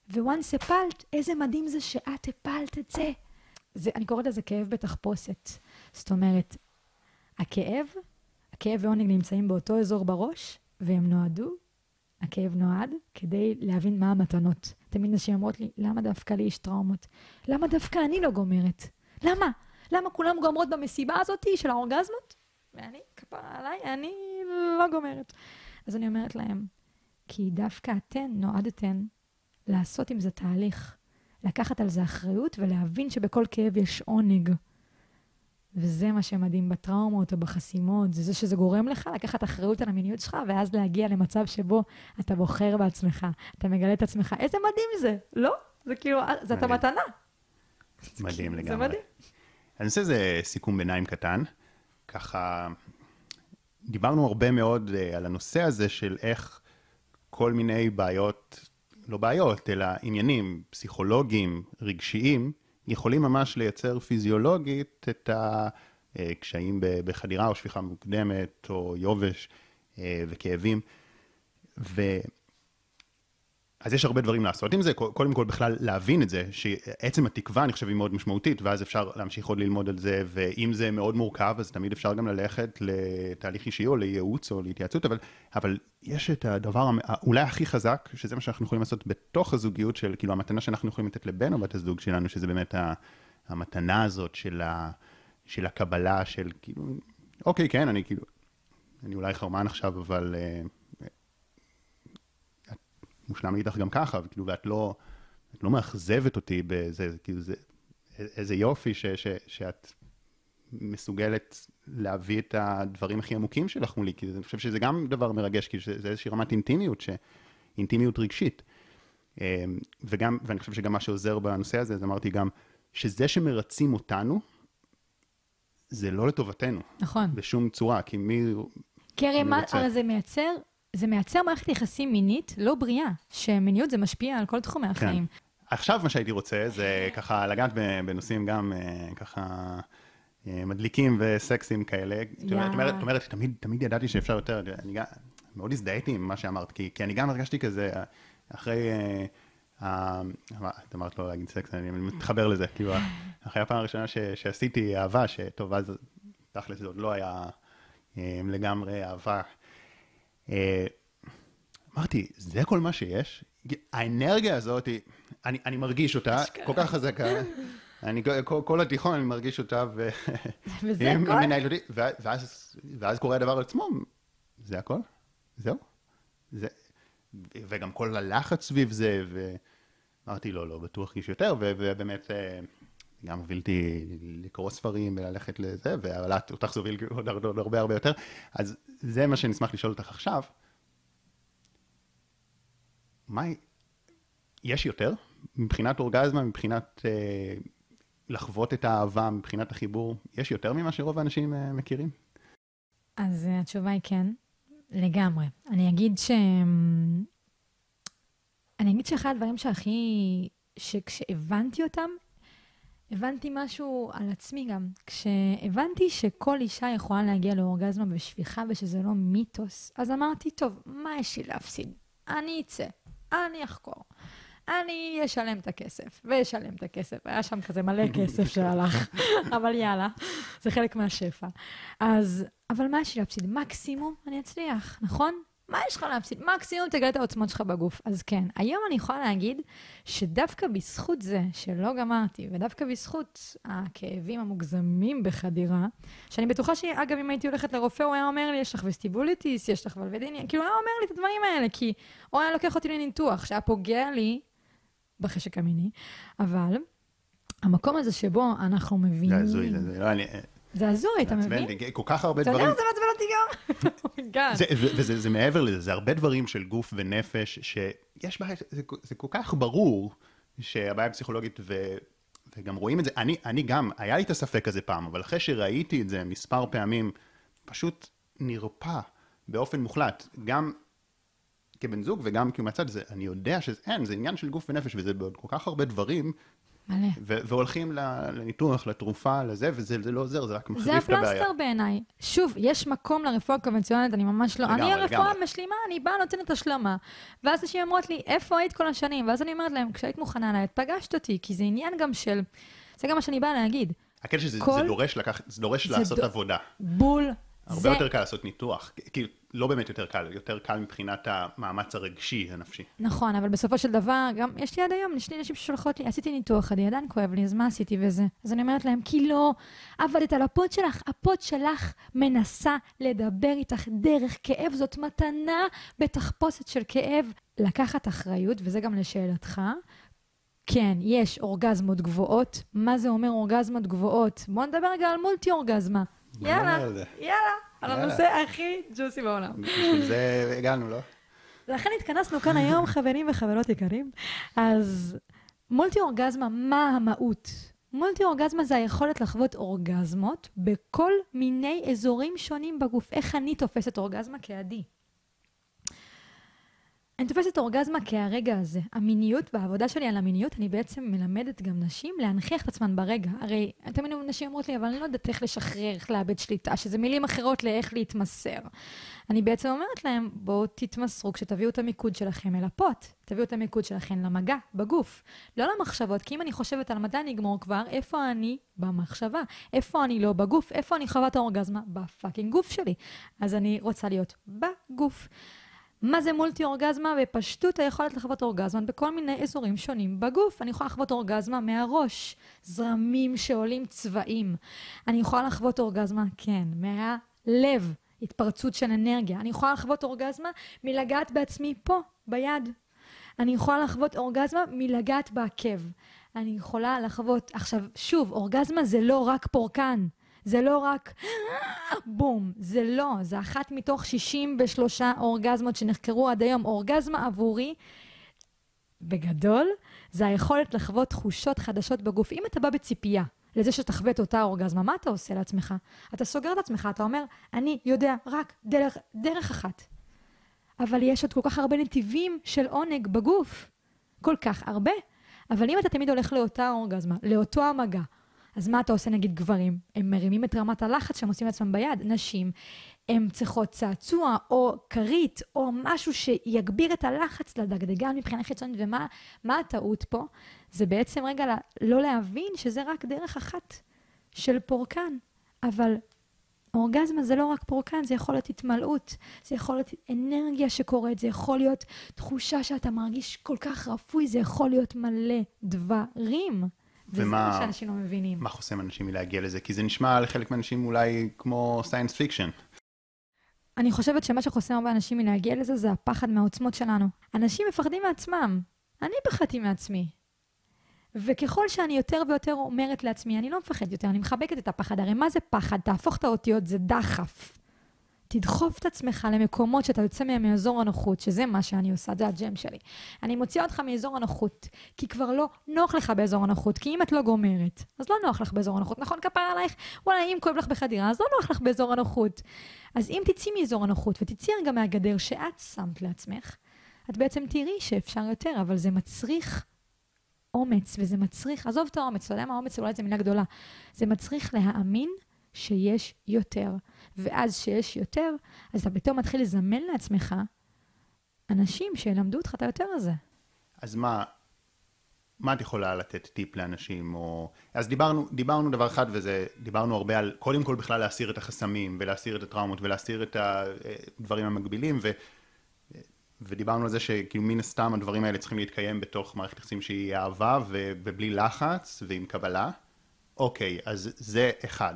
וואנס הפלת, איזה מדהים זה שאת הפלת את זה. זה, אני קוראת לזה כאב בתחפושת. זאת אומרת, הכאב, הכאב ועונג נמצאים באותו אזור בראש, והם נועדו, הכאב נועד, כדי להבין מה המתנות. תמיד נשים אמרות לי, למה דווקא לי יש טראומות? למה דווקא אני לא גומרת? למה? למה כולם גומרות במסיבה הזאת של האורגזמות? ואני, כפרה עליי, אני לא גומרת. אז אני אומרת להם, כי דווקא אתן נועדתן לעשות עם זה תהליך, לקחת על זה אחריות ולהבין שבכל כאב יש עונג. וזה מה שמדהים בטראומות או בחסימות, זה זה שזה גורם לך לקחת אחריות על המיניות שלך, ואז להגיע למצב שבו אתה בוחר בעצמך, אתה מגלה את עצמך. איזה מדהים זה, לא? זה כאילו, זאת המתנה. מדהים לגמרי. זה מדהים. אני עושה איזה סיכום ביניים קטן, ככה דיברנו הרבה מאוד על הנושא הזה של איך כל מיני בעיות, לא בעיות, אלא עניינים פסיכולוגיים, רגשיים, יכולים ממש לייצר פיזיולוגית את הקשיים בחדירה או שפיכה מוקדמת או יובש וכאבים. ו... אז יש הרבה דברים לעשות עם זה, קודם כל בכלל להבין את זה, שעצם התקווה אני חושב היא מאוד משמעותית, ואז אפשר להמשיך עוד ללמוד על זה, ואם זה מאוד מורכב, אז תמיד אפשר גם ללכת לתהליך אישי או לייעוץ או להתייעצות, אבל, אבל יש את הדבר אולי הכי חזק, שזה מה שאנחנו יכולים לעשות בתוך הזוגיות של, כאילו המתנה שאנחנו יכולים לתת לבן או בת הזוג שלנו, שזה באמת המתנה הזאת של, ה, של הקבלה, של כאילו, אוקיי, כן, אני כאילו, אני אולי חרמן עכשיו, אבל... מושלם איתך גם ככה, וכאילו, ואת לא, את לא מאכזבת אותי בזה, כאילו, זה, איזה יופי ש, ש, שאת מסוגלת להביא את הדברים הכי עמוקים שלך מולי, כי אני חושב שזה גם דבר מרגש, כי זה, זה איזושהי רמת אינטימיות, ש, אינטימיות רגשית. וגם, ואני חושב שגם מה שעוזר בנושא הזה, אז אמרתי גם, שזה שמרצים אותנו, זה לא לטובתנו. נכון. בשום צורה, כי מי... כי הרי מה, הרי זה מייצר... זה מייצר מערכת יחסים מינית לא בריאה, שמיניות זה משפיע על כל תחומי החיים. כן. עכשיו מה שהייתי רוצה זה ככה לגעת בנושאים גם ככה מדליקים וסקסים כאלה. זאת אומרת, זאת אומרת, תמיד, תמיד ידעתי שאפשר יותר, אני גם מאוד הזדהיתי עם מה שאמרת, כי, כי אני גם הרגשתי כזה אחרי, את אמרת לא להגיד סקס, אני מתחבר לזה, כאילו אחרי הפעם הראשונה ש, שעשיתי אהבה, שטוב, אז תכל'ס זה עוד לא היה לגמרי אהבה. אמרתי, זה כל מה שיש? האנרגיה הזאת, אני, אני מרגיש אותה, כל כך חזקה, אני, כל, כל התיכון אני מרגיש אותה, ו... וזה הכל? אותי, ואז, ואז קורה הדבר על עצמו, זה הכל? זהו? זה... וגם כל הלחץ סביב זה, ואמרתי, לא, לא, בטוח יש יותר, ובאמת גם הובילתי לקרוא ספרים וללכת לזה, אבל אותך זה הוביל עוד הרבה הרבה יותר, אז זה מה שנשמח לשאול אותך עכשיו. מה, יש יותר? מבחינת אורגזמה, מבחינת אה, לחוות את האהבה, מבחינת החיבור, יש יותר ממה שרוב האנשים אה, מכירים? אז התשובה היא כן, לגמרי. אני אגיד ש... אני אגיד שאחד הדברים שהכי... שכשהבנתי אותם, הבנתי משהו על עצמי גם. כשהבנתי שכל אישה יכולה להגיע לאורגזמה בשפיכה ושזה לא מיתוס, אז אמרתי, טוב, מה יש לי להפסיד? אני אצא, אני אחקור, אני אשלם את הכסף, ואשלם את הכסף. היה שם כזה מלא כסף שהלך, אבל יאללה, זה חלק מהשפע. אז, אבל מה יש לי להפסיד? מקסימום אני אצליח, נכון? מה יש לך להפסיד? מקסימום תגלה את העוצמות שלך בגוף. אז כן, היום אני יכולה להגיד שדווקא בזכות זה שלא גמרתי, ודווקא בזכות הכאבים המוגזמים בחדירה, שאני בטוחה שאגב אם הייתי הולכת לרופא, הוא היה אומר לי, יש לך וסטיבוליטיס, יש לך ולוודיני, כאילו הוא היה אומר לי את הדברים האלה, כי הוא היה לוקח אותי לניתוח, שהיה פוגע לי בחשק המיני, אבל המקום הזה שבו אנחנו מבינים... זה הזוי, זה לא אני... זה הזוי, אתה מבין? כל כך הרבה דברים... אתה יודע, זה מעצבן אותי גם. וזה מעבר לזה, זה הרבה דברים של גוף ונפש, שיש בעיה, זה כל כך ברור שהבעיה פסיכולוגית, וגם רואים את זה, אני גם, היה לי את הספק הזה פעם, אבל אחרי שראיתי את זה מספר פעמים, פשוט נרפא באופן מוחלט, גם כבן זוג וגם כמצד, אני יודע שאין, זה עניין של גוף ונפש, וזה בעוד כל כך הרבה דברים, מלא. ו- והולכים לניתוח, לתרופה, לזה, וזה זה לא עוזר, זה רק מחריף את זה הבעיה. הפלסטר בעיניי. שוב, יש מקום לרפואה קונבנציונלית, אני ממש לא... לגמרי, אני הרפואה לגמרי. משלימה, אני באה נותנת השלמה. ואז אנשים אומרות לי, איפה היית כל השנים? ואז אני אומרת להם, כשהיית מוכנה לה, את פגשת אותי, כי זה עניין גם של... זה גם מה שאני באה להגיד. הכן שזה כל- זה דורש, לקח, זה דורש זה לעשות דו- עבודה. בול. הרבה זה... יותר קל לעשות ניתוח. כאילו, לא באמת יותר קל, יותר קל מבחינת המאמץ הרגשי, הנפשי. נכון, אבל בסופו של דבר, גם יש לי עד היום, יש לי אנשים ששולחות לי, עשיתי ניתוח, אני עדיין כואב לי, אז מה עשיתי וזה? אז אני אומרת להם, כי לא, עבדת על הפוד שלך, הפוד שלך מנסה לדבר איתך דרך כאב, זאת מתנה בתחפושת של כאב. לקחת אחריות, וזה גם לשאלתך, כן, יש אורגזמות גבוהות. מה זה אומר אורגזמות גבוהות? בואו נדבר רגע על מולטי אורגזמה. יאללה, יאללה, על הנושא הכי ג'וסי בעולם. בשביל זה הגענו, לא? לכן התכנסנו כאן היום, חברים וחברות יקרים. אז מולטי אורגזמה, מה המהות? מולטי אורגזמה זה היכולת לחוות אורגזמות בכל מיני אזורים שונים בגוף. איך אני תופסת אורגזמה כעדי? אני תופסת אורגזמה כהרגע הזה. המיניות, בעבודה שלי על המיניות, אני בעצם מלמדת גם נשים להנכיח את עצמן ברגע. הרי, תמיד נשים אומרות לי, אבל אני לא יודעת איך לשחרר, איך לאבד שליטה, שזה מילים אחרות לאיך להתמסר. אני בעצם אומרת להם, בואו תתמסרו כשתביאו את המיקוד שלכם אל הפוט. תביאו את המיקוד שלכם למגע, בגוף. לא למחשבות, כי אם אני חושבת על מתי נגמור כבר, איפה אני במחשבה? איפה אני לא בגוף? איפה אני חווה את האורגזמה? בפאקינג גוף שלי. אז אני רוצה להיות בגוף. מה זה מולטי אורגזמה? בפשטות היכולת לחוות אורגזמה בכל מיני אזורים שונים בגוף. אני יכולה לחוות אורגזמה מהראש, זרמים שעולים צבעים. אני יכולה לחוות אורגזמה, כן, מהלב, התפרצות של אנרגיה. אני יכולה לחוות אורגזמה מלגעת בעצמי פה, ביד. אני יכולה לחוות אורגזמה מלגעת בעקב. אני יכולה לחוות, עכשיו שוב, אורגזמה זה לא רק פורקן. זה לא רק בום, זה לא, זה אחת מתוך שישים ושלוש אורגזמות שנחקרו עד היום. אורגזמה עבורי, בגדול, זה היכולת לחוות תחושות חדשות בגוף. אם אתה בא בציפייה לזה שתחווה את אותה אורגזמה, מה אתה עושה לעצמך? אתה סוגר את עצמך, אתה אומר, אני יודע רק דרך, דרך אחת. אבל יש עוד כל כך הרבה נתיבים של עונג בגוף. כל כך הרבה. אבל אם אתה תמיד הולך לאותה אורגזמה, לאותו המגע, אז מה אתה עושה נגיד גברים? הם מרימים את רמת הלחץ שהם עושים לעצמם ביד. נשים, הם צריכות צעצוע או קרית או משהו שיגביר את הלחץ לדגדגן מבחינה חיצונית. ומה מה הטעות פה? זה בעצם רגע לא להבין שזה רק דרך אחת של פורקן. אבל אורגזמה זה לא רק פורקן, זה יכול להיות התמלאות, זה יכול להיות אנרגיה שקורית, זה יכול להיות תחושה שאתה מרגיש כל כך רפוי, זה יכול להיות מלא דברים. וזה ומה, מה שאנשים לא מבינים. מה חוסם אנשים מלהגיע לזה? כי זה נשמע לחלק מהאנשים אולי כמו סיינס פיקשן. אני חושבת שמה שחוסם הרבה אנשים מלהגיע לזה, זה הפחד מהעוצמות שלנו. אנשים מפחדים מעצמם. אני פחדתי מעצמי. וככל שאני יותר ויותר אומרת לעצמי, אני לא מפחד יותר, אני מחבקת את הפחד. הרי מה זה פחד? תהפוך את האותיות, זה דחף. תדחוף את עצמך למקומות שאתה יוצא מהם מאזור הנוחות, שזה מה שאני עושה, זה הג'ם שלי. אני מוציאה אותך מאזור הנוחות, כי כבר לא נוח לך באזור הנוחות, כי אם את לא גומרת, אז לא נוח לך באזור הנוחות, נכון? כפר עלייך, וואלה, אם כואב לך בחדירה, אז לא נוח לך באזור הנוחות. אז אם תצאי מאזור הנוחות, ותצאי רגע מהגדר שאת שמת לעצמך, את בעצם תראי שאפשר יותר, אבל זה מצריך אומץ, וזה מצריך, עזוב את האומץ, אתה יודע מה האומץ, אולי זה מילה גדולה, זה מצריך להאמין שיש יותר. ואז שיש יותר, אז אתה פתאום מתחיל לזמן לעצמך אנשים שילמדו אותך את היותר הזה. אז מה, מה את יכולה לתת טיפ לאנשים? או... אז דיברנו, דיברנו דבר אחד, וזה, דיברנו הרבה על, קודם כל בכלל להסיר את החסמים, ולהסיר את הטראומות, ולהסיר את הדברים המקבילים, ו... ודיברנו על זה שכאילו מן הסתם הדברים האלה צריכים להתקיים בתוך מערכת יחסים שהיא אהבה, ו... ובלי לחץ, ועם קבלה. אוקיי, אז זה אחד.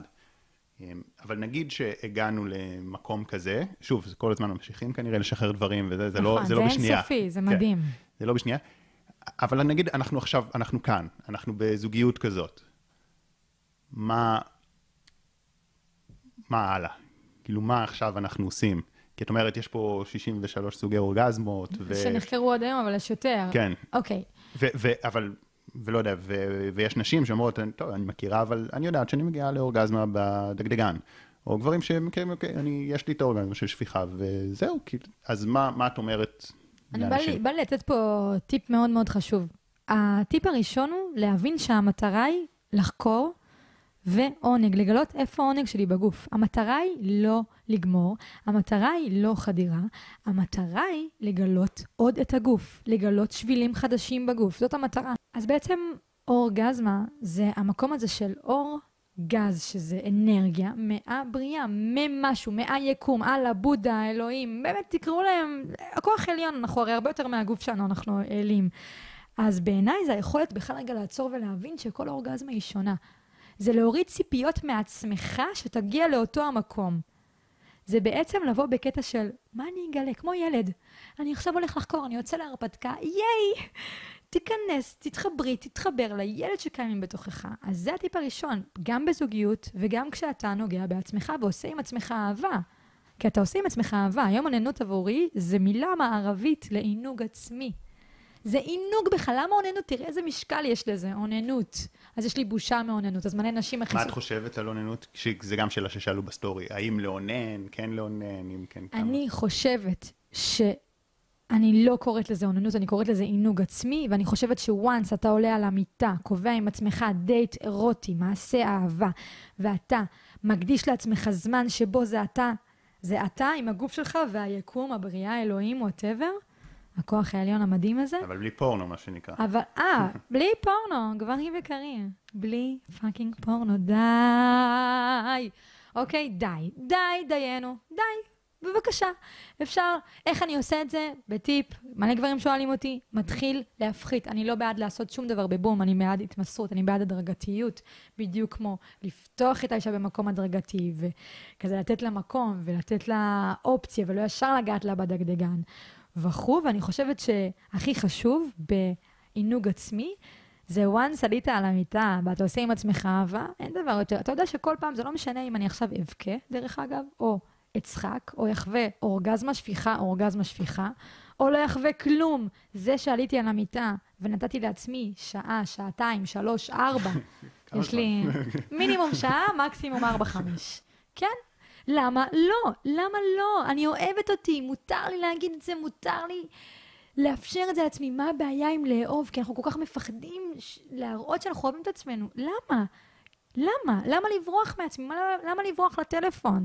אבל נגיד שהגענו למקום כזה, שוב, זה כל הזמן ממשיכים כנראה לשחרר דברים, וזה זה לא, זה לא בשנייה. זה אינסופי, זה מדהים. כן, זה לא בשנייה. אבל נגיד, אנחנו עכשיו, אנחנו כאן, אנחנו בזוגיות כזאת. מה, מה הלאה? כאילו, מה עכשיו אנחנו עושים? כי את אומרת, יש פה שישים ושלוש סוגי אורגזמות. ו... שנחקרו עד היום, אבל יש יותר. כן. אוקיי. ו- ו- אבל... ולא יודע, ו- ויש נשים שאומרות, טוב, אני מכירה, אבל אני יודעת שאני מגיעה לאורגזמה בדגדגן. או גברים שהם, אוקיי, אוקיי, אני, יש לי את האורגזמה של שפיכה, וזהו, אז מה, מה את אומרת אני לאנשים? בא לי, בא לי לתת פה טיפ מאוד מאוד חשוב. הטיפ הראשון הוא להבין שהמטרה היא לחקור ועונג, לגלות איפה העונג שלי בגוף. המטרה היא לא לגמור, המטרה היא לא חדירה, המטרה היא לגלות עוד את הגוף, לגלות שבילים חדשים בגוף, זאת המטרה. אז בעצם אורגזמה זה המקום הזה של אור גז, שזה אנרגיה מהבריאה, ממשהו, מהיקום, אללה, בודה, אלוהים, באמת תקראו להם, הכוח עליון, אנחנו הרי הרבה יותר מהגוף שלנו, אנחנו אלים. אז בעיניי זה היכולת בכלל רגע לעצור ולהבין שכל אורגזמה היא שונה. זה להוריד ציפיות מעצמך שתגיע לאותו המקום. זה בעצם לבוא בקטע של, מה אני אגלה? כמו ילד. אני עכשיו הולך לחקור, אני יוצא להרפתקה, ייי! תיכנס, תתחברי, תתחבר לילד שקיימים בתוכך. אז זה הטיפ הראשון, גם בזוגיות וגם כשאתה נוגע בעצמך ועושה עם עצמך אהבה. כי אתה עושה עם עצמך אהבה. היום עוננות עבורי זה מילה מערבית לעינוג עצמי. זה עינוג בכלל, למה עוננות? תראה איזה משקל יש לזה, עוננות. אז יש לי בושה מעוננות, אז מלא נשים מכניסות. מה את חושבת על עוננות? זה גם שאלה ששאלו בסטורי, האם לעונן, כן לעונן, אם כן כמה? אני חושבת שאני לא קוראת לזה עוננות, אני קוראת לזה עינוג עצמי, ואני חושבת שוואנס אתה עולה על המיטה, קובע עם עצמך דייט אירוטי, מעשה אהבה, ואתה מקדיש לעצמך זמן שבו זה אתה, זה אתה עם הגוף שלך והיקום, הבריאה, אלוהים, whatever, הכוח העליון המדהים הזה. אבל בלי פורנו, מה שנקרא. אבל, אה, בלי פורנו, גברים יקרים. בלי פאקינג פורנו, די. אוקיי, די. די, דיינו. די. בבקשה. אפשר, איך אני עושה את זה? בטיפ, מלא גברים שואלים אותי, מתחיל להפחית. אני לא בעד לעשות שום דבר בבום, אני בעד התמסרות, אני בעד הדרגתיות, בדיוק כמו לפתוח את האישה במקום הדרגתי, וכזה לתת לה מקום, ולתת לה אופציה, ולא ישר לגעת לה בדגדגן. וכו', ואני חושבת שהכי חשוב בעינוג עצמי, זה once עלית על המיטה, ואתה עושה עם עצמך אהבה, אין דבר יותר. אתה יודע שכל פעם, זה לא משנה אם אני עכשיו אבכה, דרך אגב, או אצחק, או יחווה אורגזמה שפיכה, אורגזמה שפיכה, או לא יחווה כלום. זה שעליתי על המיטה, ונתתי לעצמי שעה, שעתיים, שלוש, ארבע. יש לי מינימום שעה, מקסימום ארבע, חמש. כן? למה לא? למה לא? אני אוהבת אותי, מותר לי להגיד את זה, מותר לי לאפשר את זה לעצמי. מה הבעיה עם לאהוב? כי אנחנו כל כך מפחדים להראות שאנחנו אוהבים את עצמנו. למה? למה? למה לברוח מעצמי? למה, למה לברוח לטלפון?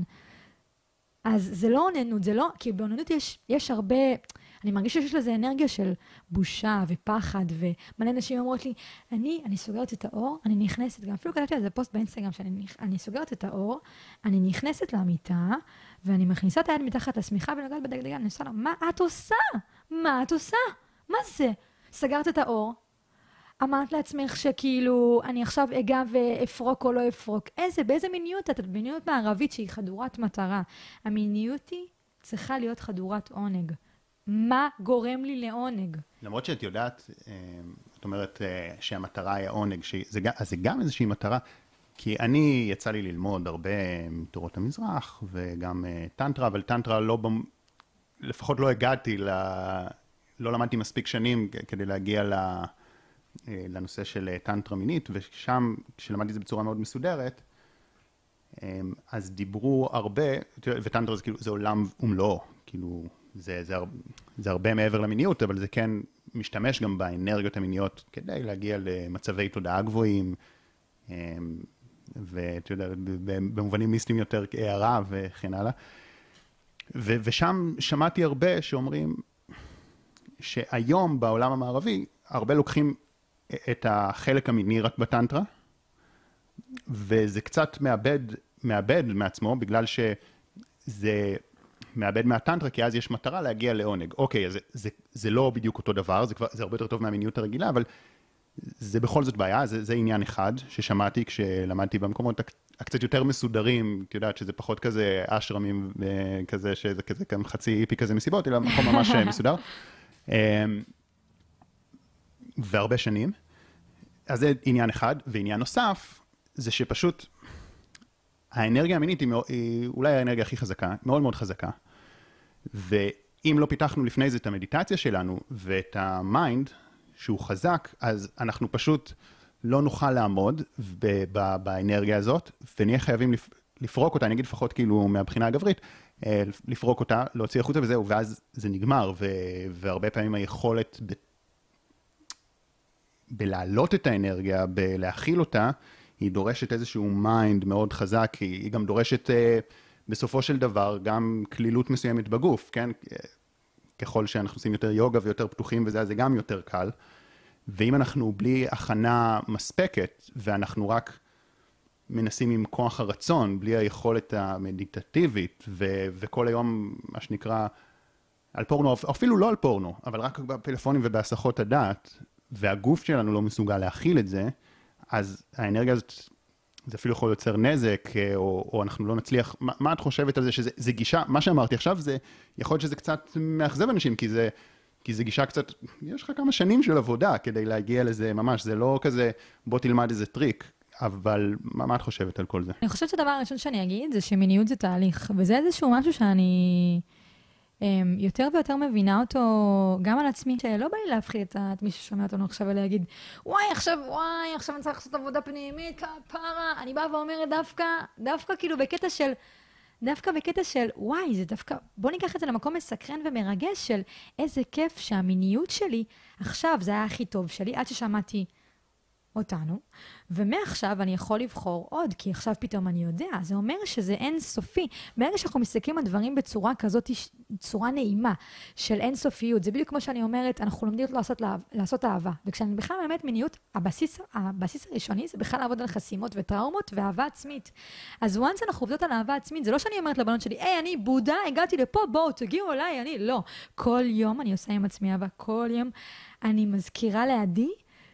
אז זה לא עוננות, זה לא, כי בעוננות יש, יש הרבה, אני מרגישה שיש לזה אנרגיה של בושה ופחד, ומלא נשים אומרות לי, אני, אני סוגרת את האור, אני נכנסת, גם אפילו כתבתי על זה פוסט באינסטגרם, שאני אני סוגרת את האור, אני נכנסת למיטה, ואני מכניסה את היד מתחת לשמיכה, ונוגעת בדגדגן, אני עושה לה, מה את עושה? מה את עושה? מה זה? סגרת את האור, אמרת לעצמך שכאילו, אני עכשיו אגע ואפרוק או לא אפרוק. איזה, באיזה מיניות? את מיניות מערבית שהיא חדורת מטרה. המיניות היא צריכה להיות חדורת עונג. מה גורם לי לעונג? למרות שאת יודעת, את אומרת שהמטרה היא העונג, אז זה גם איזושהי מטרה, כי אני יצא לי ללמוד הרבה מתורות המזרח, וגם טנטרה, אבל טנטרה לא, לפחות לא הגעתי, לא למדתי מספיק שנים כדי להגיע ל... לנושא של טנטרה מינית, ושם, כשלמדתי את זה בצורה מאוד מסודרת, אז דיברו הרבה, וטנטרה זה כאילו, זה עולם ומלואו, כאילו, זה, זה, זה הרבה מעבר למיניות, אבל זה כן משתמש גם באנרגיות המיניות, כדי להגיע למצבי תודעה גבוהים, ואתה יודע, במובנים מיסטיים יותר הערה וכן הלאה. ו, ושם שמעתי הרבה שאומרים, שהיום בעולם המערבי, הרבה לוקחים את החלק המיני רק בטנטרה, וזה קצת מאבד, מאבד מעצמו, בגלל שזה מאבד מהטנטרה, כי אז יש מטרה להגיע לעונג. אוקיי, אז זה, זה, זה לא בדיוק אותו דבר, זה, כבר, זה הרבה יותר טוב מהמיניות הרגילה, אבל זה בכל זאת בעיה, זה, זה עניין אחד ששמעתי כשלמדתי במקומות הקצת יותר מסודרים, את יודעת שזה פחות כזה אשרמים, כזה, שזה כזה חצי איפי כזה מסיבות, אלא מקום ממש מסודר. והרבה שנים. אז זה עניין אחד, ועניין נוסף, זה שפשוט האנרגיה המינית היא, היא אולי האנרגיה הכי חזקה, מאוד מאוד חזקה, ואם לא פיתחנו לפני זה את המדיטציה שלנו, ואת המיינד שהוא חזק, אז אנחנו פשוט לא נוכל לעמוד באנרגיה הזאת, ונהיה חייבים לפרוק אותה, אני אגיד לפחות כאילו מהבחינה הגברית, לפרוק אותה, להוציא החוצה וזהו, ואז זה נגמר, והרבה פעמים היכולת בלהעלות את האנרגיה, בלהכיל אותה, היא דורשת איזשהו מיינד מאוד חזק, היא גם דורשת בסופו של דבר גם כלילות מסוימת בגוף, כן? ככל שאנחנו עושים יותר יוגה ויותר פתוחים וזה, זה גם יותר קל. ואם אנחנו בלי הכנה מספקת, ואנחנו רק מנסים עם כוח הרצון, בלי היכולת המדיטטיבית, ו- וכל היום, מה שנקרא, על פורנו, אפילו לא על פורנו, אבל רק בפלאפונים ובהסחות הדעת, והגוף שלנו לא מסוגל להכיל את זה, אז האנרגיה הזאת, זה אפילו יכול ליצר נזק, או, או אנחנו לא נצליח. מה, מה את חושבת על זה? שזה זה גישה, מה שאמרתי עכשיו, זה יכול להיות שזה קצת מאכזב אנשים, כי זה, כי זה גישה קצת, יש לך כמה שנים של עבודה כדי להגיע לזה ממש, זה לא כזה, בוא תלמד איזה טריק, אבל מה, מה את חושבת על כל זה? אני חושבת שהדבר הראשון שאני אגיד, זה שמיניות זה תהליך, וזה איזשהו משהו שאני יותר ויותר מבינה אותו גם על עצמי, שלא בא לי להפחיד את מי ששומע אותנו עכשיו ולהגיד, וואי, עכשיו, וואי, עכשיו אני צריך לעשות עבודה פנימית, כפרה. אני באה ואומרת דווקא, דווקא כאילו בקטע של, דווקא בקטע של, וואי, זה דווקא, בוא ניקח את זה למקום מסקרן ומרגש של איזה כיף שהמיניות שלי, עכשיו זה היה הכי טוב שלי, עד ששמעתי אותנו, ומעכשיו אני יכול לבחור עוד, כי עכשיו פתאום אני יודע, זה אומר שזה אין סופי. ברגע שאנחנו מסתכלים על דברים בצורה כזאת, צורה נעימה של אין סופיות, זה בדיוק כמו שאני אומרת, אנחנו לומדים לעשות, לעשות אהבה, וכשאני בכלל באמת מיניות, הבסיס, הבסיס הראשוני זה בכלל לעבוד על חסימות וטראומות ואהבה עצמית. אז once אנחנו עובדות על אהבה עצמית, זה לא שאני אומרת לבנות שלי, היי, אני בודה, הגעתי לפה, בואו, תגיעו אליי, אני לא. כל יום אני עושה עם עצמי אהבה, כל יום אני מזכירה לידי,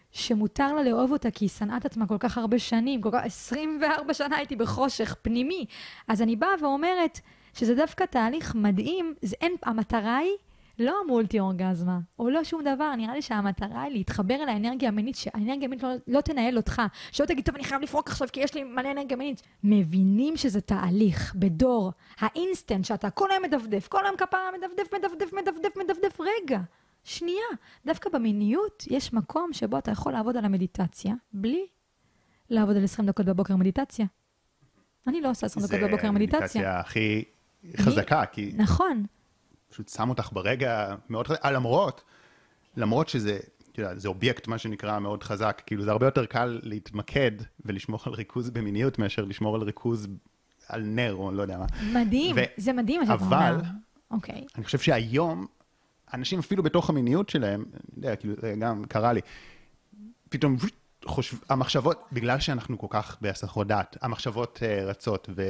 שמותר לה לאהוב אותה, כי היא שנאת עצמה כל כך הרבה שנים, כל כך עשרים וארבע שנה הייתי בחושך פנימי. אז אני באה ואומרת שזה דווקא תהליך מדהים, זה אין, המטרה היא לא המולטי אורגזמה, או לא שום דבר, נראה לי שהמטרה היא להתחבר אל האנרגיה המינית, שהאנרגיה המינית לא, לא תנהל אותך, שלא תגיד, טוב, אני חייב לפרוק עכשיו, כי יש לי מלא אנרגיה מינית. מבינים שזה תהליך בדור, האינסטנט שאתה כל היום מדפדף, כל היום כפרה מדפדף, מדפדף, מדפדף, מדפדף, רגע. שנייה, דווקא במיניות יש מקום שבו אתה יכול לעבוד על המדיטציה, בלי לעבוד על עשרים דקות בבוקר מדיטציה. אני לא עושה עשרים דקות בבוקר מדיטציה. זה המדיטציה הכי חזקה, כי... נכון. פשוט שם אותך ברגע מאוד חזק, למרות, למרות שזה, תראה, זה אובייקט, מה שנקרא, מאוד חזק, כאילו זה הרבה יותר קל להתמקד ולשמור על ריכוז במיניות, מאשר לשמור על ריכוז על נר, או לא יודע מה. מדהים, זה מדהים מה שאתה אומר. אבל, אוקיי. אני חושב שהיום, אנשים אפילו בתוך המיניות שלהם, אני יודע, כאילו, גם קרה לי, פתאום חושב, המחשבות, בגלל שאנחנו כל כך בהסחות דעת, המחשבות uh, רצות, ו,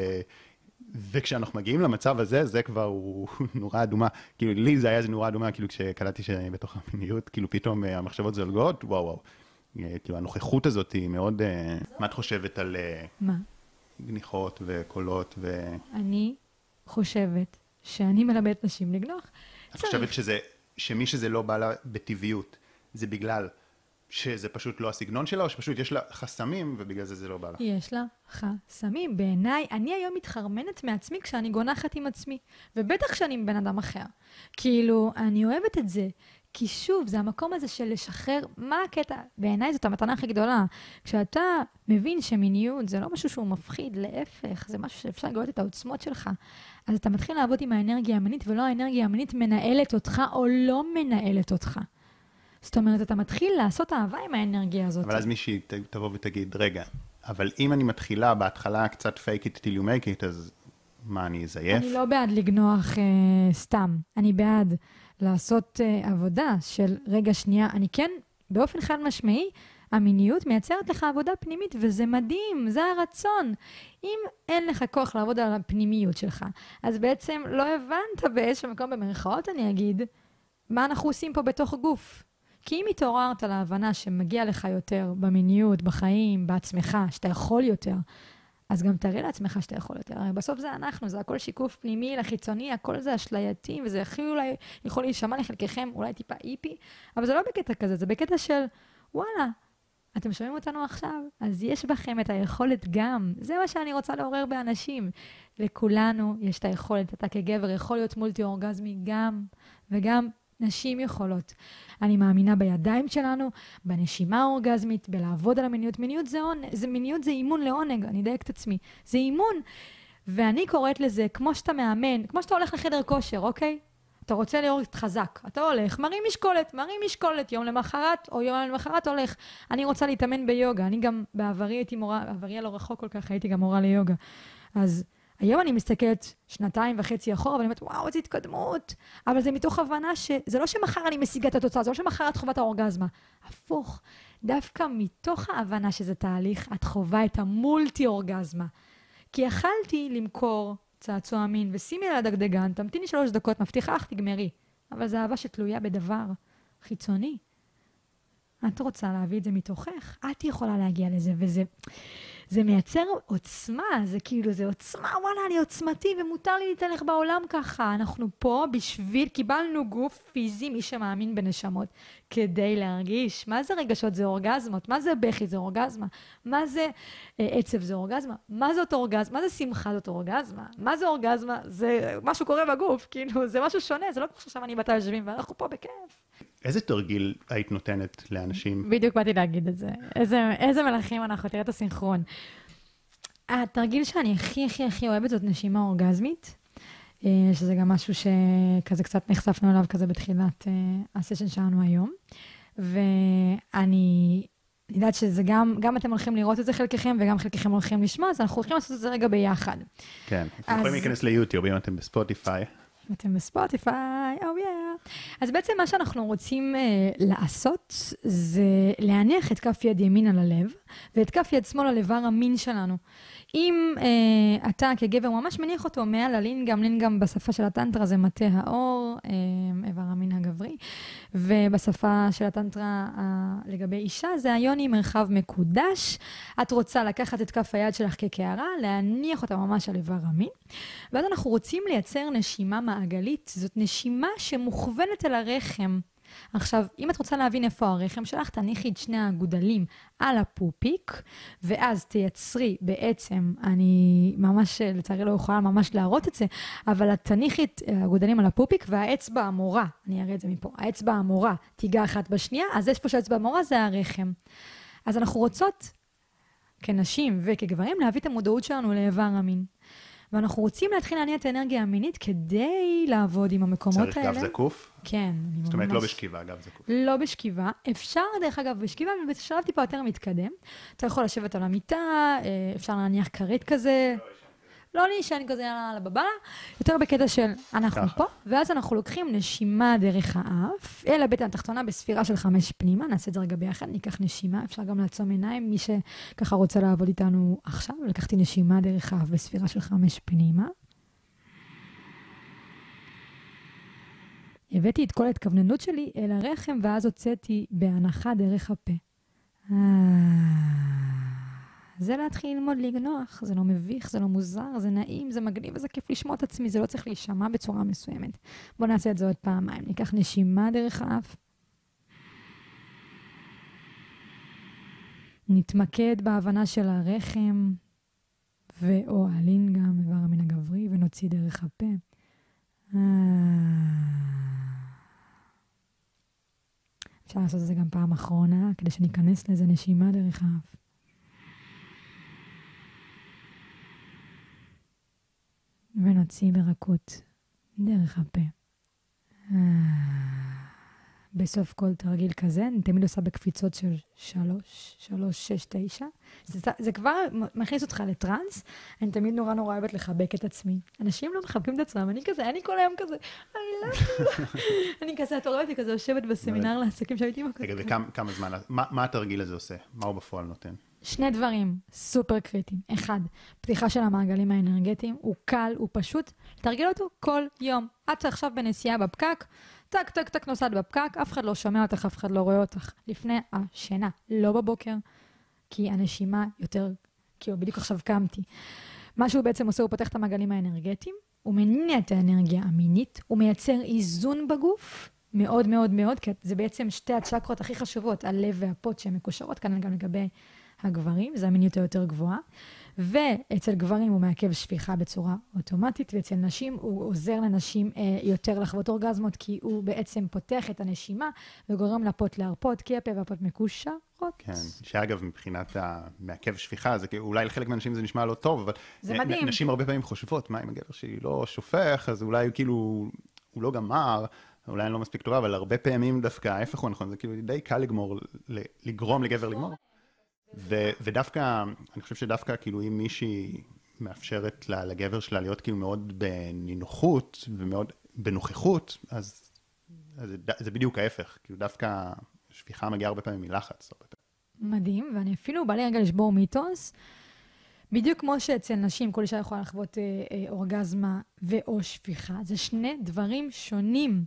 וכשאנחנו מגיעים למצב הזה, זה כבר הוא נורא אדומה, כאילו לי זה היה זה נורא אדומה, כאילו כשקלטתי שאני בתוך המיניות, כאילו פתאום uh, המחשבות זולגות, וואו וואו, uh, כאילו הנוכחות הזאת היא מאוד, uh, מה את חושבת על uh, מה? גניחות וקולות ו... אני חושבת שאני מלמדת נשים לגנוח. את חושבת שזה, שמי שזה לא בא לה בטבעיות, זה בגלל שזה פשוט לא הסגנון שלה, או שפשוט יש לה חסמים, ובגלל זה זה לא בא לה? יש לה חסמים. בעיניי, אני היום מתחרמנת מעצמי כשאני גונחת עם עצמי, ובטח כשאני עם בן אדם אחר. כאילו, אני אוהבת את זה, כי שוב, זה המקום הזה של לשחרר, מה הקטע? בעיניי זאת המתנה הכי גדולה. כשאתה מבין שמיניות זה לא משהו שהוא מפחיד, להפך, זה משהו שאפשר לגלות את העוצמות שלך, אז אתה מתחיל לעבוד עם האנרגיה המינית, ולא האנרגיה המינית מנהלת אותך או לא מנהלת אותך. זאת אומרת, אתה מתחיל לעשות אהבה עם האנרגיה הזאת. אבל אז מישהי תבוא ותגיד, רגע, אבל אם אני מתחילה בהתחלה קצת fake it till you make it, אז מה, אני אזייף? אני לא בעד לגנוח אה, סתם. אני בעד לעשות אה, עבודה של רגע שנייה. אני כן, באופן חד משמעי, המיניות מייצרת לך עבודה פנימית, וזה מדהים, זה הרצון. אם אין לך כוח לעבוד על הפנימיות שלך, אז בעצם לא הבנת באיזשהו מקום במרכאות, אני אגיד, מה אנחנו עושים פה בתוך גוף. כי אם התעוררת להבנה שמגיע לך יותר במיניות, בחיים, בעצמך, שאתה יכול יותר, אז גם תראה לעצמך שאתה יכול יותר. הרי בסוף זה אנחנו, זה הכל שיקוף פנימי, לחיצוני, הכל זה אשלייתי, וזה הכי אולי יכול להישמע לחלקכם, אולי טיפה איפי, אבל זה לא בקטע כזה, זה בקטע של, וואלה, אתם שומעים אותנו עכשיו? אז יש בכם את היכולת גם. זה מה שאני רוצה לעורר באנשים. לכולנו יש את היכולת, אתה כגבר יכול להיות מולטי אורגזמי גם, וגם נשים יכולות. אני מאמינה בידיים שלנו, בנשימה האורגזמית, בלעבוד על המיניות. מיניות זה, זה, מיניות זה אימון לעונג, אני דייק את עצמי. זה אימון. ואני קוראת לזה, כמו שאתה מאמן, כמו שאתה הולך לחדר כושר, אוקיי? אתה רוצה להיות חזק, אתה הולך, מרים משקולת, מרים משקולת, יום למחרת או יום למחרת הולך. אני רוצה להתאמן ביוגה, אני גם בעברי הייתי מורה, בעברי לא רחוק כל כך, הייתי גם מורה ליוגה. אז היום אני מסתכלת שנתיים וחצי אחורה, ואני אומרת, וואו, איזו התקדמות. אבל זה מתוך הבנה שזה לא שמחר אני משיגה את התוצאה, זה לא שמחר את חובת האורגזמה. הפוך, דווקא מתוך ההבנה שזה תהליך, את חובה את המולטי-אורגזמה. כי יכלתי למכור צעצוע מין, ושימי על הדגדגן, תמתיני שלוש דקות, מבטיחה לך, תגמרי. אבל זה אהבה שתלויה בדבר חיצוני. את רוצה להביא את זה מתוכך, את יכולה להגיע לזה, וזה זה מייצר עוצמה, זה כאילו, זה עוצמה, וואלה, אני עוצמתי, ומותר לי להתהלך בעולם ככה. אנחנו פה בשביל, קיבלנו גוף פיזי, מי שמאמין בנשמות, כדי להרגיש. מה זה רגשות? זה אורגזמות. מה זה בכי? זה אורגזמה. מה זה אה, עצב? זה אורגזמה. מה זאת אורגזמה? מה זה שמחה? זאת אורגזמה. מה זה אורגזמה? זה משהו קורה בגוף, כאילו, זה משהו שונה, זה לא כמו שעכשיו אני בתה יושבים, ואנחנו פה בכיף. איזה תרגיל היית נותנת לאנשים? בדיוק באתי להגיד את זה. איזה, איזה מלאכים אנחנו, תראה את הסינכרון. התרגיל שאני הכי הכי הכי אוהבת זאת נשימה אורגזמית, שזה גם משהו שכזה קצת נחשפנו אליו כזה בתחילת הסשן שלנו היום. ואני יודעת שזה גם, גם אתם הולכים לראות את זה חלקכם, וגם חלקכם הולכים לשמוע, אז אנחנו הולכים לעשות את זה רגע ביחד. כן, אתם יכולים להיכנס ליוטיוב, אם אתם בספוטיפיי. אתם בספוטיפיי, oh yeah. אז בעצם מה שאנחנו רוצים uh, לעשות, זה להניח את כף יד ימין על הלב, ואת כף יד שמאל על איבר המין שלנו. אם uh, אתה כגבר ממש מניח אותו מעל הלינגאם, לינגאם בשפה של הטנטרה זה מטה האור, uh, איבר המין הגברי, ובשפה של הטנטרה uh, לגבי אישה זה היוני מרחב מקודש. את רוצה לקחת את כף היד שלך כקערה, להניח אותה ממש על איבר המין, ואז אנחנו רוצים לייצר נשימה מעגלית, זאת נשימה שמוכוונת אל הרחם. עכשיו, אם את רוצה להבין איפה הרחם שלך, תניחי את שני הגודלים על הפופיק, ואז תייצרי בעצם, אני ממש, לצערי לא יכולה ממש להראות את זה, אבל את תניחי את הגודלים על הפופיק, והאצבע המורה, אני אראה את זה מפה, האצבע המורה תיגע אחת בשנייה, אז איפה שהאצבע המורה זה הרחם. אז אנחנו רוצות, כנשים וכגברים, להביא את המודעות שלנו לאיבר המין. ואנחנו רוצים להתחיל להניע את האנרגיה המינית כדי לעבוד עם המקומות האלה. צריך גב זקוף? כן. זאת אומרת, לא בשכיבה, גב זקוף. לא בשכיבה. אפשר, דרך אגב, בשכיבה, ובשלב טיפה יותר מתקדם. אתה יכול לשבת על המיטה, אפשר להניח כרית כזה. לא להישן כזה על הבבלה, יותר בקטע של אנחנו פה, ואז אנחנו לוקחים נשימה דרך האף, אל הבטן התחתונה בספירה של חמש פנימה, נעשה את זה רגע ביחד, ניקח נשימה, אפשר גם לעצום עיניים, מי שככה רוצה לעבוד איתנו עכשיו, לקחתי נשימה דרך האף בספירה של חמש פנימה. הבאתי את כל ההתכווננות שלי אל הרחם, ואז הוצאתי בהנחה דרך הפה. זה להתחיל ללמוד לגנוח, זה לא מביך, זה לא מוזר, זה נעים, זה מגניב, וזה כיף לשמוע את עצמי, זה לא צריך להישמע בצורה מסוימת. בואו נעשה את זה עוד פעמיים, ניקח נשימה דרך האף, נתמקד בהבנה של הרחם, ואו הלינגאם, איבר המין הגברי, ונוציא דרך הפה. אפשר לעשות את זה גם פעם אחרונה, כדי שניכנס לזה נשימה דרך האף. ונוציא ברכות דרך הפה. בסוף כל תרגיל כזה, אני תמיד עושה בקפיצות של שלוש, שלוש, שש, תשע. זה, זה כבר מכניס אותך לטרנס. אני תמיד נורא נורא אוהבת לחבק את עצמי. אנשים לא מחבקים את עצמם, אני כזה, אני כל היום כזה, I love you. אני כזה, את רואה, אני כזה יושבת בסמינר לעסקים שהייתי בכזה. רגע, וכמה זמן, מה התרגיל הזה עושה? מה הוא בפועל נותן? שני דברים סופר קריטיים. אחד, פתיחה של המעגלים האנרגטיים, הוא קל, הוא פשוט, תרגיל אותו כל יום. את עכשיו בנסיעה בפקק, טק, טק, טק נוסעת בפקק, אף אחד לא שומע אותך, אף אחד לא רואה אותך. לפני השינה, לא בבוקר, כי הנשימה יותר, כאילו בדיוק עכשיו קמתי. מה שהוא בעצם עושה, הוא פותח את המעגלים האנרגטיים, הוא מניע את האנרגיה המינית, הוא מייצר איזון בגוף, מאוד מאוד מאוד, כי זה בעצם שתי הצ'קרות הכי חשובות, הלב והפות שהן מקושרות, כאן גם לגבי הגברים, זה המיניות היותר גבוהה, ואצל גברים הוא מעכב שפיכה בצורה אוטומטית, ואצל נשים הוא עוזר לנשים אה, יותר לחוות אורגזמות, כי הוא בעצם פותח את הנשימה, וגורם לפות להרפות, כי הפה והפות מקושרות. כן, שאגב, מבחינת המעכב שפיכה, זה אולי לחלק מהאנשים זה נשמע לא טוב, אבל זה מדהים. נשים הרבה פעמים חושבות, מה אם הגבר שלי לא שופך, אז אולי כאילו הוא לא גמר, אולי אני לא מספיק טובה, אבל הרבה פעמים דווקא, ההפך הוא נכון, זה כאילו די קל לגמור, לגרום לגבר לגמור. ו, ודווקא, אני חושב שדווקא כאילו אם מישהי מאפשרת לה, לגבר שלה להיות כאילו מאוד בנינוחות ומאוד בנוכחות, אז, אז זה, זה בדיוק ההפך. כאילו דווקא שפיכה מגיעה הרבה פעמים מלחץ. הרבה פעמים. מדהים, ואני אפילו בא לי רגע לשבור מיתוס, בדיוק כמו שאצל נשים, כל אישה יכולה לחוות אה, אה, אורגזמה ואו שפיכה, זה שני דברים שונים.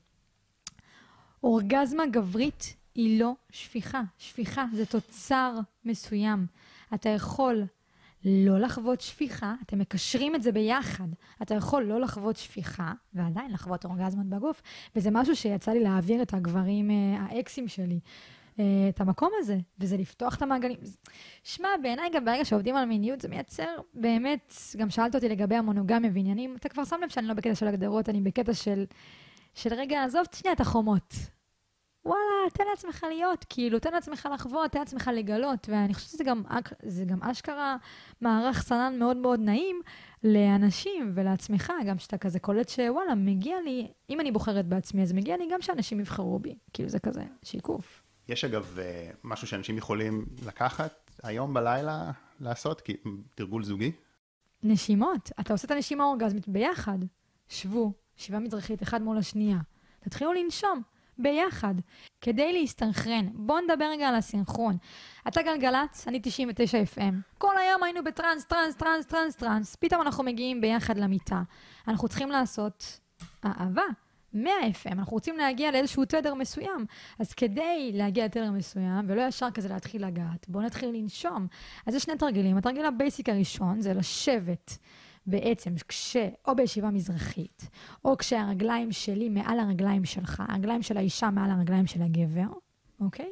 אורגזמה גברית היא לא שפיכה. שפיכה זה תוצר מסוים. אתה יכול לא לחוות שפיכה, אתם מקשרים את זה ביחד. אתה יכול לא לחוות שפיכה, ועדיין לחוות אורגזמות בגוף, וזה משהו שיצא לי להעביר את הגברים, האקסים שלי, את המקום הזה, וזה לפתוח את המעגלים. שמע, בעיניי גם ברגע שעובדים על מיניות, זה מייצר באמת, גם שאלת אותי לגבי המונוגמיה ועניינים, אתה כבר שם לב שאני לא בקטע של הגדרות, אני בקטע של, של רגע, עזוב שנייה את החומות. וואלה, תן לעצמך להיות, כאילו, תן לעצמך לחוות, תן לעצמך לגלות, ואני חושבת שזה גם, זה גם אשכרה מערך סנן מאוד מאוד נעים לאנשים ולעצמך, גם שאתה כזה קולט שוואלה, מגיע לי, אם אני בוחרת בעצמי, אז מגיע לי גם שאנשים יבחרו בי, כאילו זה כזה שיקוף. יש אגב משהו שאנשים יכולים לקחת היום בלילה לעשות, כי תרגול זוגי? נשימות, אתה עושה את הנשימה האורגזמית ביחד, שבו, ישיבה מזרחית, אחד מול השנייה, תתחילו לנשום. ביחד, כדי להסתנכרן. בואו נדבר רגע על הסינכרון. אתה גלגלץ, אני תשעים ותשע אף אם. כל היום היינו בטרנס, טרנס, טרנס, טרנס, טרנס. פתאום אנחנו מגיעים ביחד למיטה. אנחנו צריכים לעשות אהבה, מאה אף אם. אנחנו רוצים להגיע לאיזשהו תדר מסוים. אז כדי להגיע לתדר מסוים, ולא ישר כזה להתחיל לגעת, בואו נתחיל לנשום. אז יש שני תרגילים. התרגיל הבייסיק הראשון זה לשבת בעצם כש, או בישיבה מזרחית, או כשהרגליים שלי מעל הרגליים שלך, הרגליים של האישה מעל הרגליים של הגבר, אוקיי?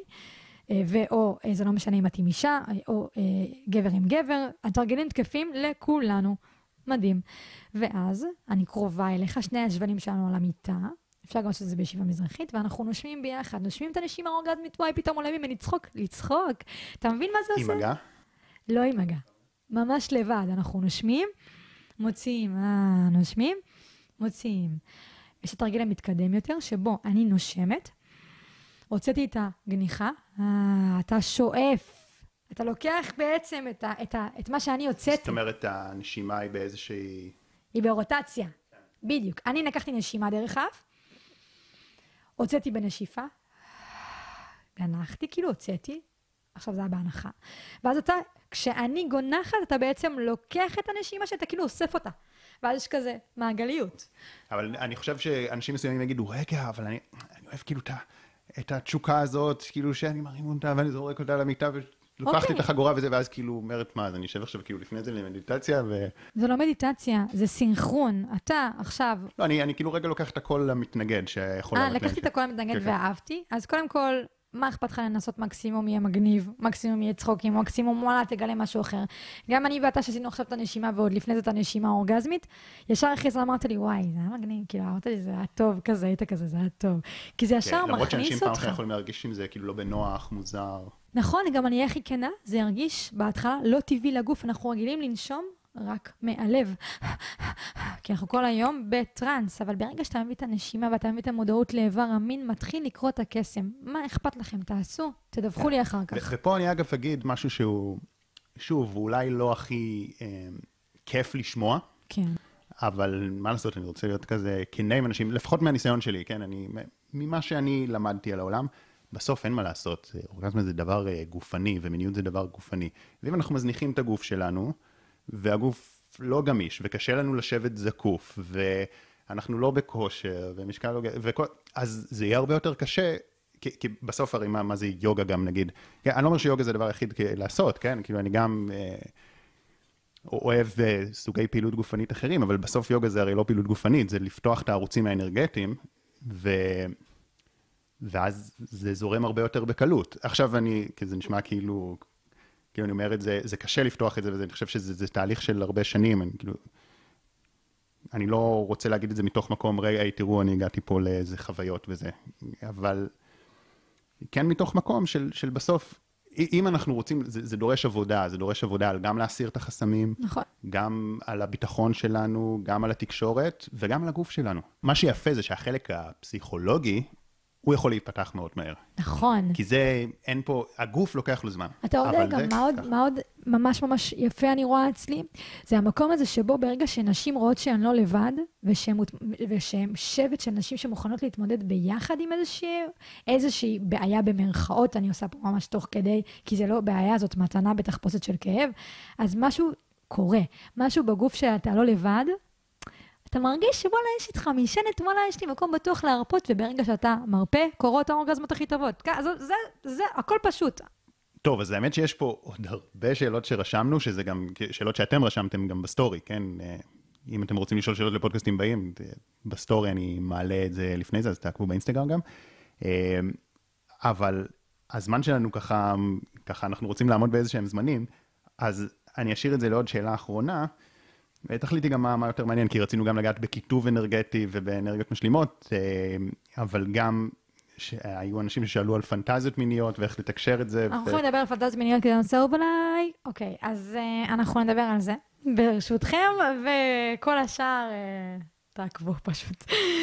ואו, זה לא משנה אם את עם אישה, או גבר עם גבר, התרגילים תקפים לכולנו. מדהים. ואז אני קרובה אליך, שני השבלים שלנו על המיטה, אפשר גם לעשות את זה בישיבה מזרחית, ואנחנו נושמים ביחד, נושמים את הנשימה האורגזמית, וואי, פתאום עולה ממני לצחוק, לצחוק. אתה מבין מה זה עושה? עם מגע? לא עם מגע. ממש לבד, אנחנו נושמים, מוציאים, אה, נושמים, מוציאים. יש את התרגיל המתקדם יותר, שבו אני נושמת, הוצאתי את הגניחה, אה, אתה שואף, אתה לוקח בעצם את, ה, את, ה, את מה שאני הוצאתי. זאת אומרת, הנשימה היא באיזושהי... היא ברוטציה, בדיוק. אני לקחתי נשימה דרך אף, הוצאתי בנשיפה, גנחתי, כאילו הוצאתי, עכשיו זה היה בהנחה. ואז אתה, כשאני גונחת, אתה בעצם לוקח את הנשימה שאתה כאילו אוסף אותה. ואז יש כזה מעגליות. אבל אני חושב שאנשים מסוימים יגידו, רגע, אבל אני, אני אוהב כאילו את התשוקה הזאת, כאילו שאני מרים אותה ואני זורק אותה למיטה ולוקחתי את החגורה וזה, ואז כאילו אומרת, מה, אז אני אשב עכשיו כאילו לפני זה למדיטציה ו... זה לא מדיטציה, זה סינכרון. אתה עכשיו... לא, אני, אני כאילו רגע לוקח את הכל למתנגד שיכול... אה, לקחתי את הכל למתנגד ואהבתי. אז קודם כל... מה אכפת לך לנסות מקסימום יהיה מגניב, מקסימום יהיה צחוקים, מקסימום וואלה תגלה משהו אחר. גם אני ואתה שעשינו עכשיו את הנשימה ועוד לפני זה את הנשימה האורגזמית, ישר אחרי זה אמרת לי, וואי, זה היה מגניב, כאילו אמרת לי, זה היה טוב כזה, היית כזה, זה היה טוב. כי זה ישר מכניס אותך. למרות שאנשים פעם אחרי יכולים להרגיש עם זה כאילו לא בנוח, מוזר. נכון, גם אני הכי כנה, זה ירגיש בהתחלה לא טבעי לגוף, אנחנו רגילים לנשום רק מהלב. כי אנחנו כל היום בטרנס, אבל ברגע שאתה מביא את הנשימה ואתה מביא את המודעות לאיבר המין, מתחיל לקרוא את הקסם. מה אכפת לכם? תעשו, תדווחו לי אחר כך. ופה אני אגב אגיד משהו שהוא, שוב, אולי לא הכי אה, כיף לשמוע. כן. אבל מה לעשות, אני רוצה להיות כזה כנה עם אנשים, לפחות מהניסיון שלי, כן? אני, ממה שאני למדתי על העולם, בסוף אין מה לעשות. אורגזמה זה דבר גופני, ומיניות זה דבר גופני. ואם אנחנו מזניחים את הגוף שלנו, והגוף לא גמיש, וקשה לנו לשבת זקוף, ואנחנו לא בכושר, ומשקל לא... וכל... אז זה יהיה הרבה יותר קשה, כי, כי בסוף הרי מה, מה זה יוגה גם נגיד. כן, אני לא אומר שיוגה זה דבר היחיד לעשות, כן? כאילו אני גם אה, אוהב אה, סוגי פעילות גופנית אחרים, אבל בסוף יוגה זה הרי לא פעילות גופנית, זה לפתוח את הערוצים האנרגטיים, ו... ואז זה זורם הרבה יותר בקלות. עכשיו אני, כי זה נשמע כאילו... כאילו אני אומר את זה, זה קשה לפתוח את זה, ואני חושב שזה זה תהליך של הרבה שנים, אני כאילו, אני לא רוצה להגיד את זה מתוך מקום, רגע, היי, תראו, אני הגעתי פה לאיזה חוויות וזה, אבל כן מתוך מקום של, של בסוף, אם אנחנו רוצים, זה, זה דורש עבודה, זה דורש עבודה על גם להסיר את החסמים, נכון. גם על הביטחון שלנו, גם על התקשורת, וגם על הגוף שלנו. מה שיפה זה שהחלק הפסיכולוגי, הוא יכול להיפתח מאוד מהר. נכון. כי זה, אין פה, הגוף לוקח לו זמן. אתה יודע גם מה עוד, מה עוד ממש ממש יפה אני רואה אצלי? זה המקום הזה שבו ברגע שנשים רואות שהן לא לבד, ושהן, ושהן שבט של נשים שמוכנות להתמודד ביחד עם איזושהי, איזושהי בעיה במרכאות, אני עושה פה ממש תוך כדי, כי זה לא בעיה, זאת מתנה בתחפושת של כאב, אז משהו קורה, משהו בגוף שאתה לא לבד, אתה מרגיש שוואלה יש איתך משענת, וואלה יש לי מקום בטוח להרפות, וברגע שאתה מרפא, קורות האורגזמות הכי טובות. זה, זה, זה, הכל פשוט. טוב, אז האמת שיש פה עוד הרבה שאלות שרשמנו, שזה גם שאלות שאתם רשמתם גם בסטורי, כן? אם אתם רוצים לשאול שאלות לפודקאסטים באים, בסטורי אני מעלה את זה לפני זה, אז תעקבו באינסטגרם גם. אבל הזמן שלנו ככה, ככה אנחנו רוצים לעמוד באיזשהם זמנים, אז אני אשאיר את זה לעוד שאלה אחרונה, ותחליטי גם מה, מה יותר מעניין, כי רצינו גם לגעת בכיתוב אנרגטי ובאנרגיות משלימות, אבל גם שהיו אנשים ששאלו על פנטזיות מיניות ואיך לתקשר את זה. אנחנו יכולים לדבר על פנטזיות מיניות כדי לנסות אולי. אוקיי, אז אנחנו נדבר על זה, ברשותכם, וכל השאר תעקבו פשוט.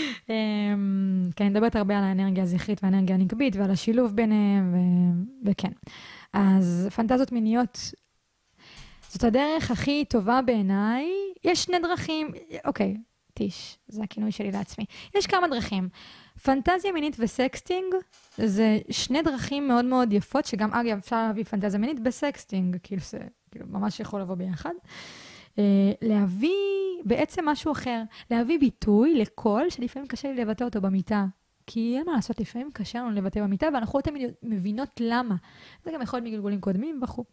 כן, נדברת הרבה על האנרגיה הזכרית והאנרגיה הנקבית, ועל השילוב ביניהם, וכן. אז פנטזיות מיניות, זאת הדרך הכי טובה בעיניי. יש שני דרכים, אוקיי, טיש, זה הכינוי שלי לעצמי. יש כמה דרכים. פנטזיה מינית וסקסטינג, זה שני דרכים מאוד מאוד יפות, שגם אגב אפשר להביא פנטזיה מינית בסקסטינג, כאילו זה כאילו, ממש יכול לבוא ביחד. להביא בעצם משהו אחר, להביא ביטוי לקול שלפעמים קשה לי לבטא אותו במיטה. כי אין מה לעשות, לפעמים קשה לנו לבטא במיטה, ואנחנו לא תמיד מבינות למה. זה גם יכול להיות מגלגולים קודמים וכו'.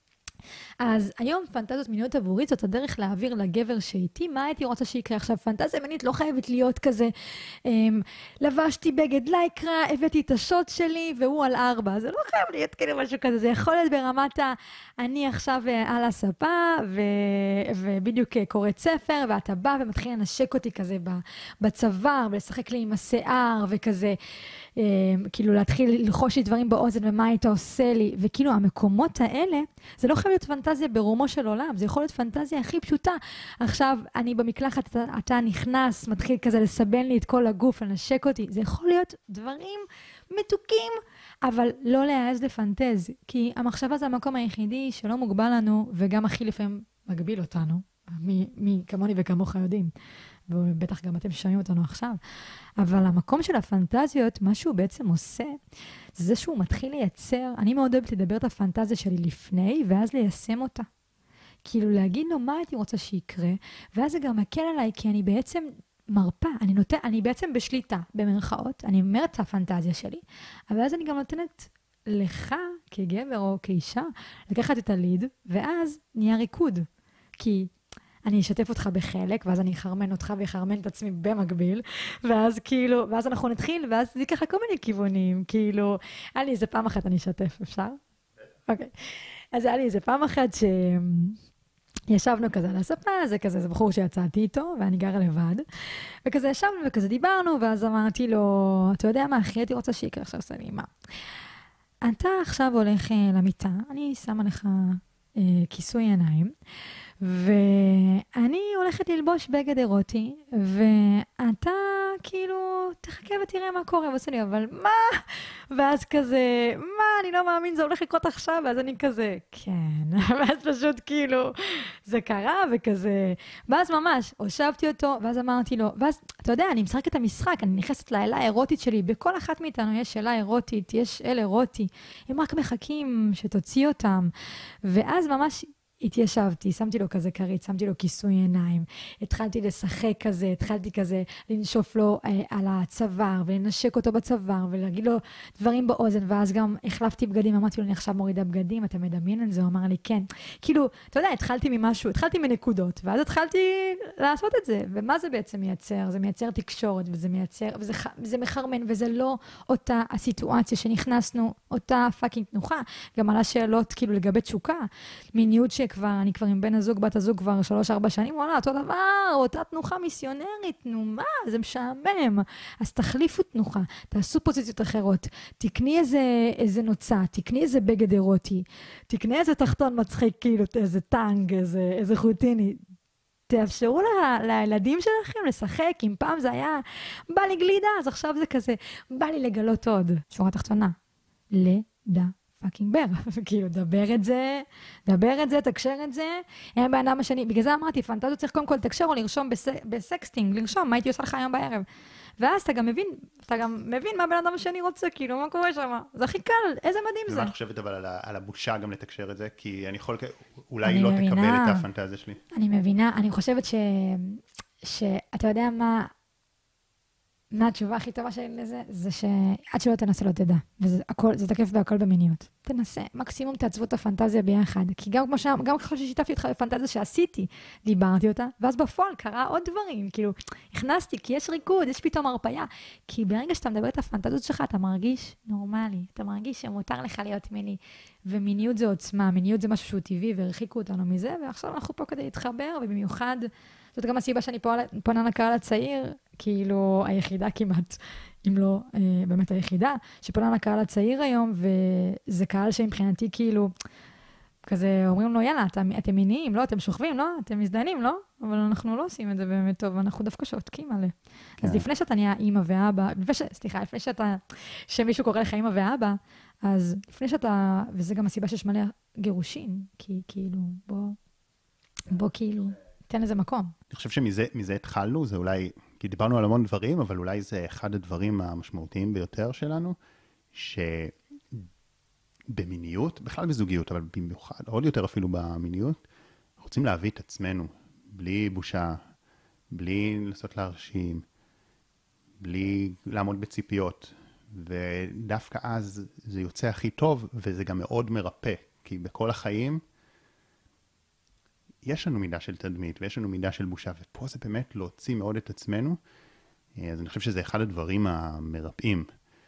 אז היום פנטזיות מיניות עבורית זאת הדרך להעביר לגבר שאיתי, מה הייתי רוצה שיקרה עכשיו? פנטזיה מינית לא חייבת להיות כזה, אמ, לבשתי בגד לייקרה, הבאתי את השוט שלי והוא על ארבע, זה לא חייב להיות כאילו משהו כזה, זה יכול להיות ברמת ה... אני עכשיו על הספה ו... ובדיוק קוראת ספר, ואתה בא ומתחיל לנשק אותי כזה בצוואר, ולשחק לי עם השיער וכזה, אמ, כאילו להתחיל ללחוש לי דברים באוזן ומה היית עושה לי, וכאילו המקומות האלה, זה לא חייב להיות פנטזיה ברומו של עולם, זה יכול להיות פנטזיה הכי פשוטה. עכשיו, אני במקלחת, אתה, אתה נכנס, מתחיל כזה לסבן לי את כל הגוף, לנשק אותי. זה יכול להיות דברים מתוקים, אבל לא להעז לפנטז, כי המחשבה זה המקום היחידי שלא מוגבל לנו, וגם הכי לפעמים מגביל אותנו, מי, מי כמוני וכמוך יודעים, ובטח גם אתם שומעים אותנו עכשיו. אבל המקום של הפנטזיות, מה שהוא בעצם עושה, זה זה שהוא מתחיל לייצר, אני מאוד אוהבת לדבר את הפנטזיה שלי לפני, ואז ליישם אותה. כאילו להגיד לו מה הייתי רוצה שיקרה, ואז זה גם מקל עליי, כי אני בעצם מרפא, אני, נותן, אני בעצם בשליטה, במרכאות, אני אומרת את הפנטזיה שלי, אבל אז אני גם נותנת לך, כגבר או כאישה, לקחת את הליד, ואז נהיה ריקוד. כי אני אשתף אותך בחלק, ואז אני אחרמן אותך ויחרמן את עצמי במקביל, ואז כאילו, ואז אנחנו נתחיל, ואז זה ככה כל מיני כיוונים, כאילו, היה לי איזה פעם אחת אני אשתף, אפשר? אוקיי. אז היה לי איזה פעם אחת שישבנו כזה על הספה, זה כזה, זה בחור שיצאתי איתו, ואני גרה לבד, וכזה ישבנו וכזה דיברנו, ואז אמרתי לו, אתה יודע מה, הכי הייתי רוצה שיקרה עכשיו עושה לי, מה? אתה עכשיו הולך למיטה, אני שמה לך אה, כיסוי עיניים, ואני הולכת ללבוש בגד אירוטי, ואתה כאילו תחכה ותראה מה קורה, ועושה לי, אבל מה? ואז כזה, מה? אני לא מאמין, זה הולך לקרות עכשיו, ואז אני כזה, כן. ואז פשוט כאילו, זה קרה וכזה, ואז ממש, הושבתי אותו, ואז אמרתי לו, ואז, אתה יודע, אני משחקת את המשחק, אני נכנסת לאלה האירוטית שלי, בכל אחת מאיתנו יש אלה אירוטית, יש אל אירוטי, הם רק מחכים שתוציא אותם, ואז ממש, התיישבתי, שמתי לו כזה קרית, שמתי לו כיסוי עיניים, התחלתי לשחק כזה, התחלתי כזה לנשוף לו אה, על הצוואר, ולנשק אותו בצוואר, ולהגיד לו דברים באוזן, ואז גם החלפתי בגדים, אמרתי לו, אני עכשיו מורידה בגדים, אתה מדמיין את זה? הוא אמר לי, כן. כאילו, אתה יודע, התחלתי ממשהו, התחלתי מנקודות, ואז התחלתי לעשות את זה, ומה זה בעצם מייצר? זה מייצר תקשורת, וזה מייצר, וזה זה מחרמן, וזה לא אותה הסיטואציה שנכנסנו, אותה פאקינג תנוחה, גם על השאלות, כאילו, לגבי תשוקה, מיניות ש כבר, אני כבר עם בן הזוג, בת הזוג כבר שלוש, ארבע שנים, וואלה, אותו דבר, אותה תנוחה מיסיונרית, נו מה, זה משעמם. אז תחליפו תנוחה, תעשו פוזיציות אחרות, תקני איזה, איזה נוצה, תקני איזה בגד אירוטי, תקני איזה תחתון מצחיק, כאילו, איזה טנג, איזה, איזה חוטיני. תאפשרו לה, לילדים שלכם לשחק, אם פעם זה היה, בא לי גלידה, אז עכשיו זה כזה, בא לי לגלות עוד. שורה תחתונה, לידה פאקינג בר. כאילו, דבר את זה, דבר את זה, תקשר את זה. אין בן אדם השני, בגלל זה אמרתי, פנטזיות צריך קודם כל לתקשר או לרשום בס, בסקסטינג, לרשום, מה הייתי עושה לך היום בערב. ואז אתה גם מבין, אתה גם מבין מה בן אדם השני רוצה, כאילו, מה קורה שם. זה הכי קל, איזה מדהים זה. ומה את חושבת אבל על, על הבושה גם לתקשר את זה? כי אני יכול, אולי לא מבינה, תקבל את הפנטזיה שלי. אני מבינה, אני חושבת ש... שאתה יודע מה... מה התשובה הכי טובה שלי לזה? זה שעד שלא תנסה לא תדע. וזה הכל, זה תקף בהכל במיניות. תנסה, מקסימום תעצבו את הפנטזיה ביחד. כי גם כמו שם, גם ככל ששיתפתי אותך בפנטזיה שעשיתי, דיברתי אותה, ואז בפועל קרה עוד דברים. כאילו, הכנסתי, כי יש ריקוד, יש פתאום הרפאיה. כי ברגע שאתה מדבר את הפנטזיות שלך, אתה מרגיש נורמלי. אתה מרגיש שמותר לך להיות מיני. ומיניות זה עוצמה, מיניות זה משהו שהוא טבעי, והרחיקו אותנו מזה, ועכשיו אנחנו פה כדי להתחבר, ובמיוחד זאת גם הסיבה שאני פונה לקהל הצעיר, כאילו היחידה כמעט, אם לא אה, באמת היחידה, שפונה לקהל הצעיר היום, וזה קהל שמבחינתי כאילו, כזה אומרים לו, יאללה, אתם, אתם מיניים, לא, אתם שוכבים, לא, אתם מזדיינים, לא? אבל אנחנו לא עושים את זה באמת טוב, אנחנו דווקא שותקים עליה. כן. אז לפני שאתה נהיה אימא ואבא, לפני ש... סליחה, לפני שאתה, שמישהו קורא לך אימא ואבא, אז לפני שאתה, וזה גם הסיבה שיש מלא גירושין, כי כאילו, בוא, בוא כאילו, תן איזה מקום. אני חושב שמזה מזה התחלנו, זה אולי, כי דיברנו על המון דברים, אבל אולי זה אחד הדברים המשמעותיים ביותר שלנו, שבמיניות, בכלל בזוגיות, אבל במיוחד, עוד יותר אפילו במיניות, רוצים להביא את עצמנו, בלי בושה, בלי לנסות להרשים, בלי לעמוד בציפיות, ודווקא אז זה יוצא הכי טוב, וזה גם מאוד מרפא, כי בכל החיים, יש לנו מידה של תדמית, ויש לנו מידה של בושה, ופה זה באמת להוציא מאוד את עצמנו, אז אני חושב שזה אחד הדברים המרפאים.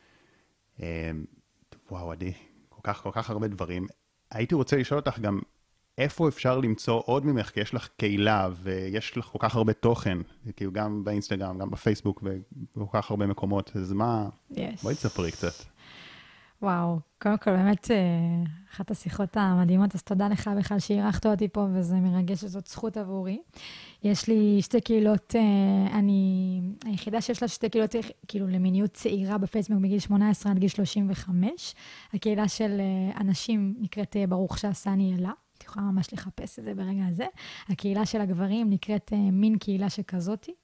וואו, עדי, כל כך, כל כך הרבה דברים. הייתי רוצה לשאול אותך גם, איפה אפשר למצוא עוד ממך, כי יש לך קהילה, ויש לך כל כך הרבה תוכן, כאילו גם באינסטגרם, גם בפייסבוק, וכל כך הרבה מקומות, אז מה, yes. בואי תספרי קצת. וואו, קודם כל באמת אחת השיחות המדהימות, אז תודה לך בכלל שאירחת אותי פה, וזה מרגש שזאת זכות עבורי. יש לי שתי קהילות, אני היחידה שיש לה שתי קהילות, כאילו למיניות צעירה בפייסבוק מגיל שמונה עשרה עד גיל שלושים וחמש. הקהילה של אנשים נקראת ברוך שעשני אלה, את יכולה ממש לחפש את זה ברגע הזה. הקהילה של הגברים נקראת מין קהילה שכזאתי.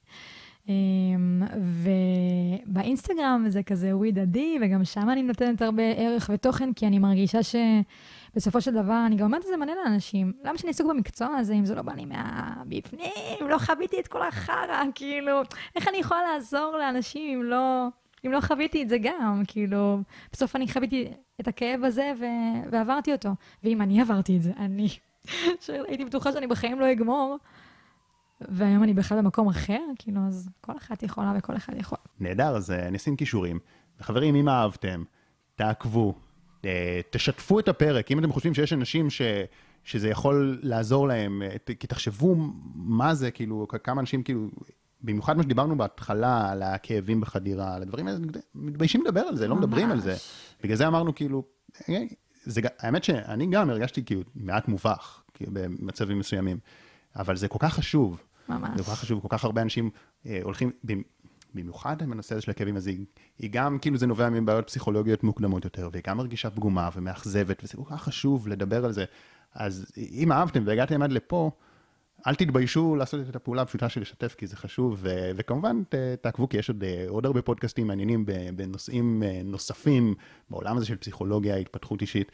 ובאינסטגרם זה כזה וויד עדי, וגם שם אני נותנת הרבה ערך ותוכן, כי אני מרגישה שבסופו של דבר אני גם אומרת את זה מלא לאנשים. למה שאני אעסוק במקצוע הזה, אם זה לא בא לי מהבפנים, לא חוויתי את כל החרא, כאילו, איך אני יכולה לעזור לאנשים אם לא, אם לא חוויתי את זה גם, כאילו, בסוף אני חוויתי את הכאב הזה ו- ועברתי אותו. ואם אני עברתי את זה, אני, שהייתי בטוחה שאני בחיים לא אגמור, והיום אני בכלל במקום אחר, כאילו, אז כל אחת יכולה וכל אחד יכול. נהדר, אז נשים קישורים. וחברים, אם אהבתם, תעקבו, תשתפו את הפרק. אם אתם חושבים שיש אנשים ש, שזה יכול לעזור להם, כי תחשבו מה זה, כאילו, כמה אנשים, כאילו, במיוחד מה שדיברנו בהתחלה, על הכאבים בחדירה, על הדברים האלה, מתביישים לדבר על זה, לא מדברים על זה. בגלל זה אמרנו, כאילו, זה, האמת שאני גם הרגשתי, כאילו, מעט מובך, כאילו, במצבים מסוימים. אבל זה כל כך חשוב. ממש. זה כל כך חשוב, כל כך הרבה אנשים אה, הולכים, במיוחד עם הנושא הזה של הכאבים, אז היא, היא גם, כאילו זה נובע מבעיות פסיכולוגיות מוקדמות יותר, והיא גם מרגישה פגומה ומאכזבת, וזה כל כך חשוב לדבר על זה. אז אם אהבתם והגעתם עד לפה, אל תתביישו לעשות את הפעולה הפשוטה של לשתף, כי זה חשוב, ו- וכמובן ת- תעקבו, כי יש עוד, עוד הרבה פודקאסטים מעניינים בנושאים נוספים, בעולם הזה של פסיכולוגיה, התפתחות אישית.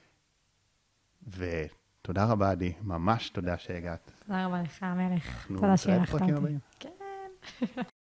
ו... תודה רבה, עדי. ממש תודה שהגעת. תודה רבה לך, המלך. תודה שאירחת אותי. כן.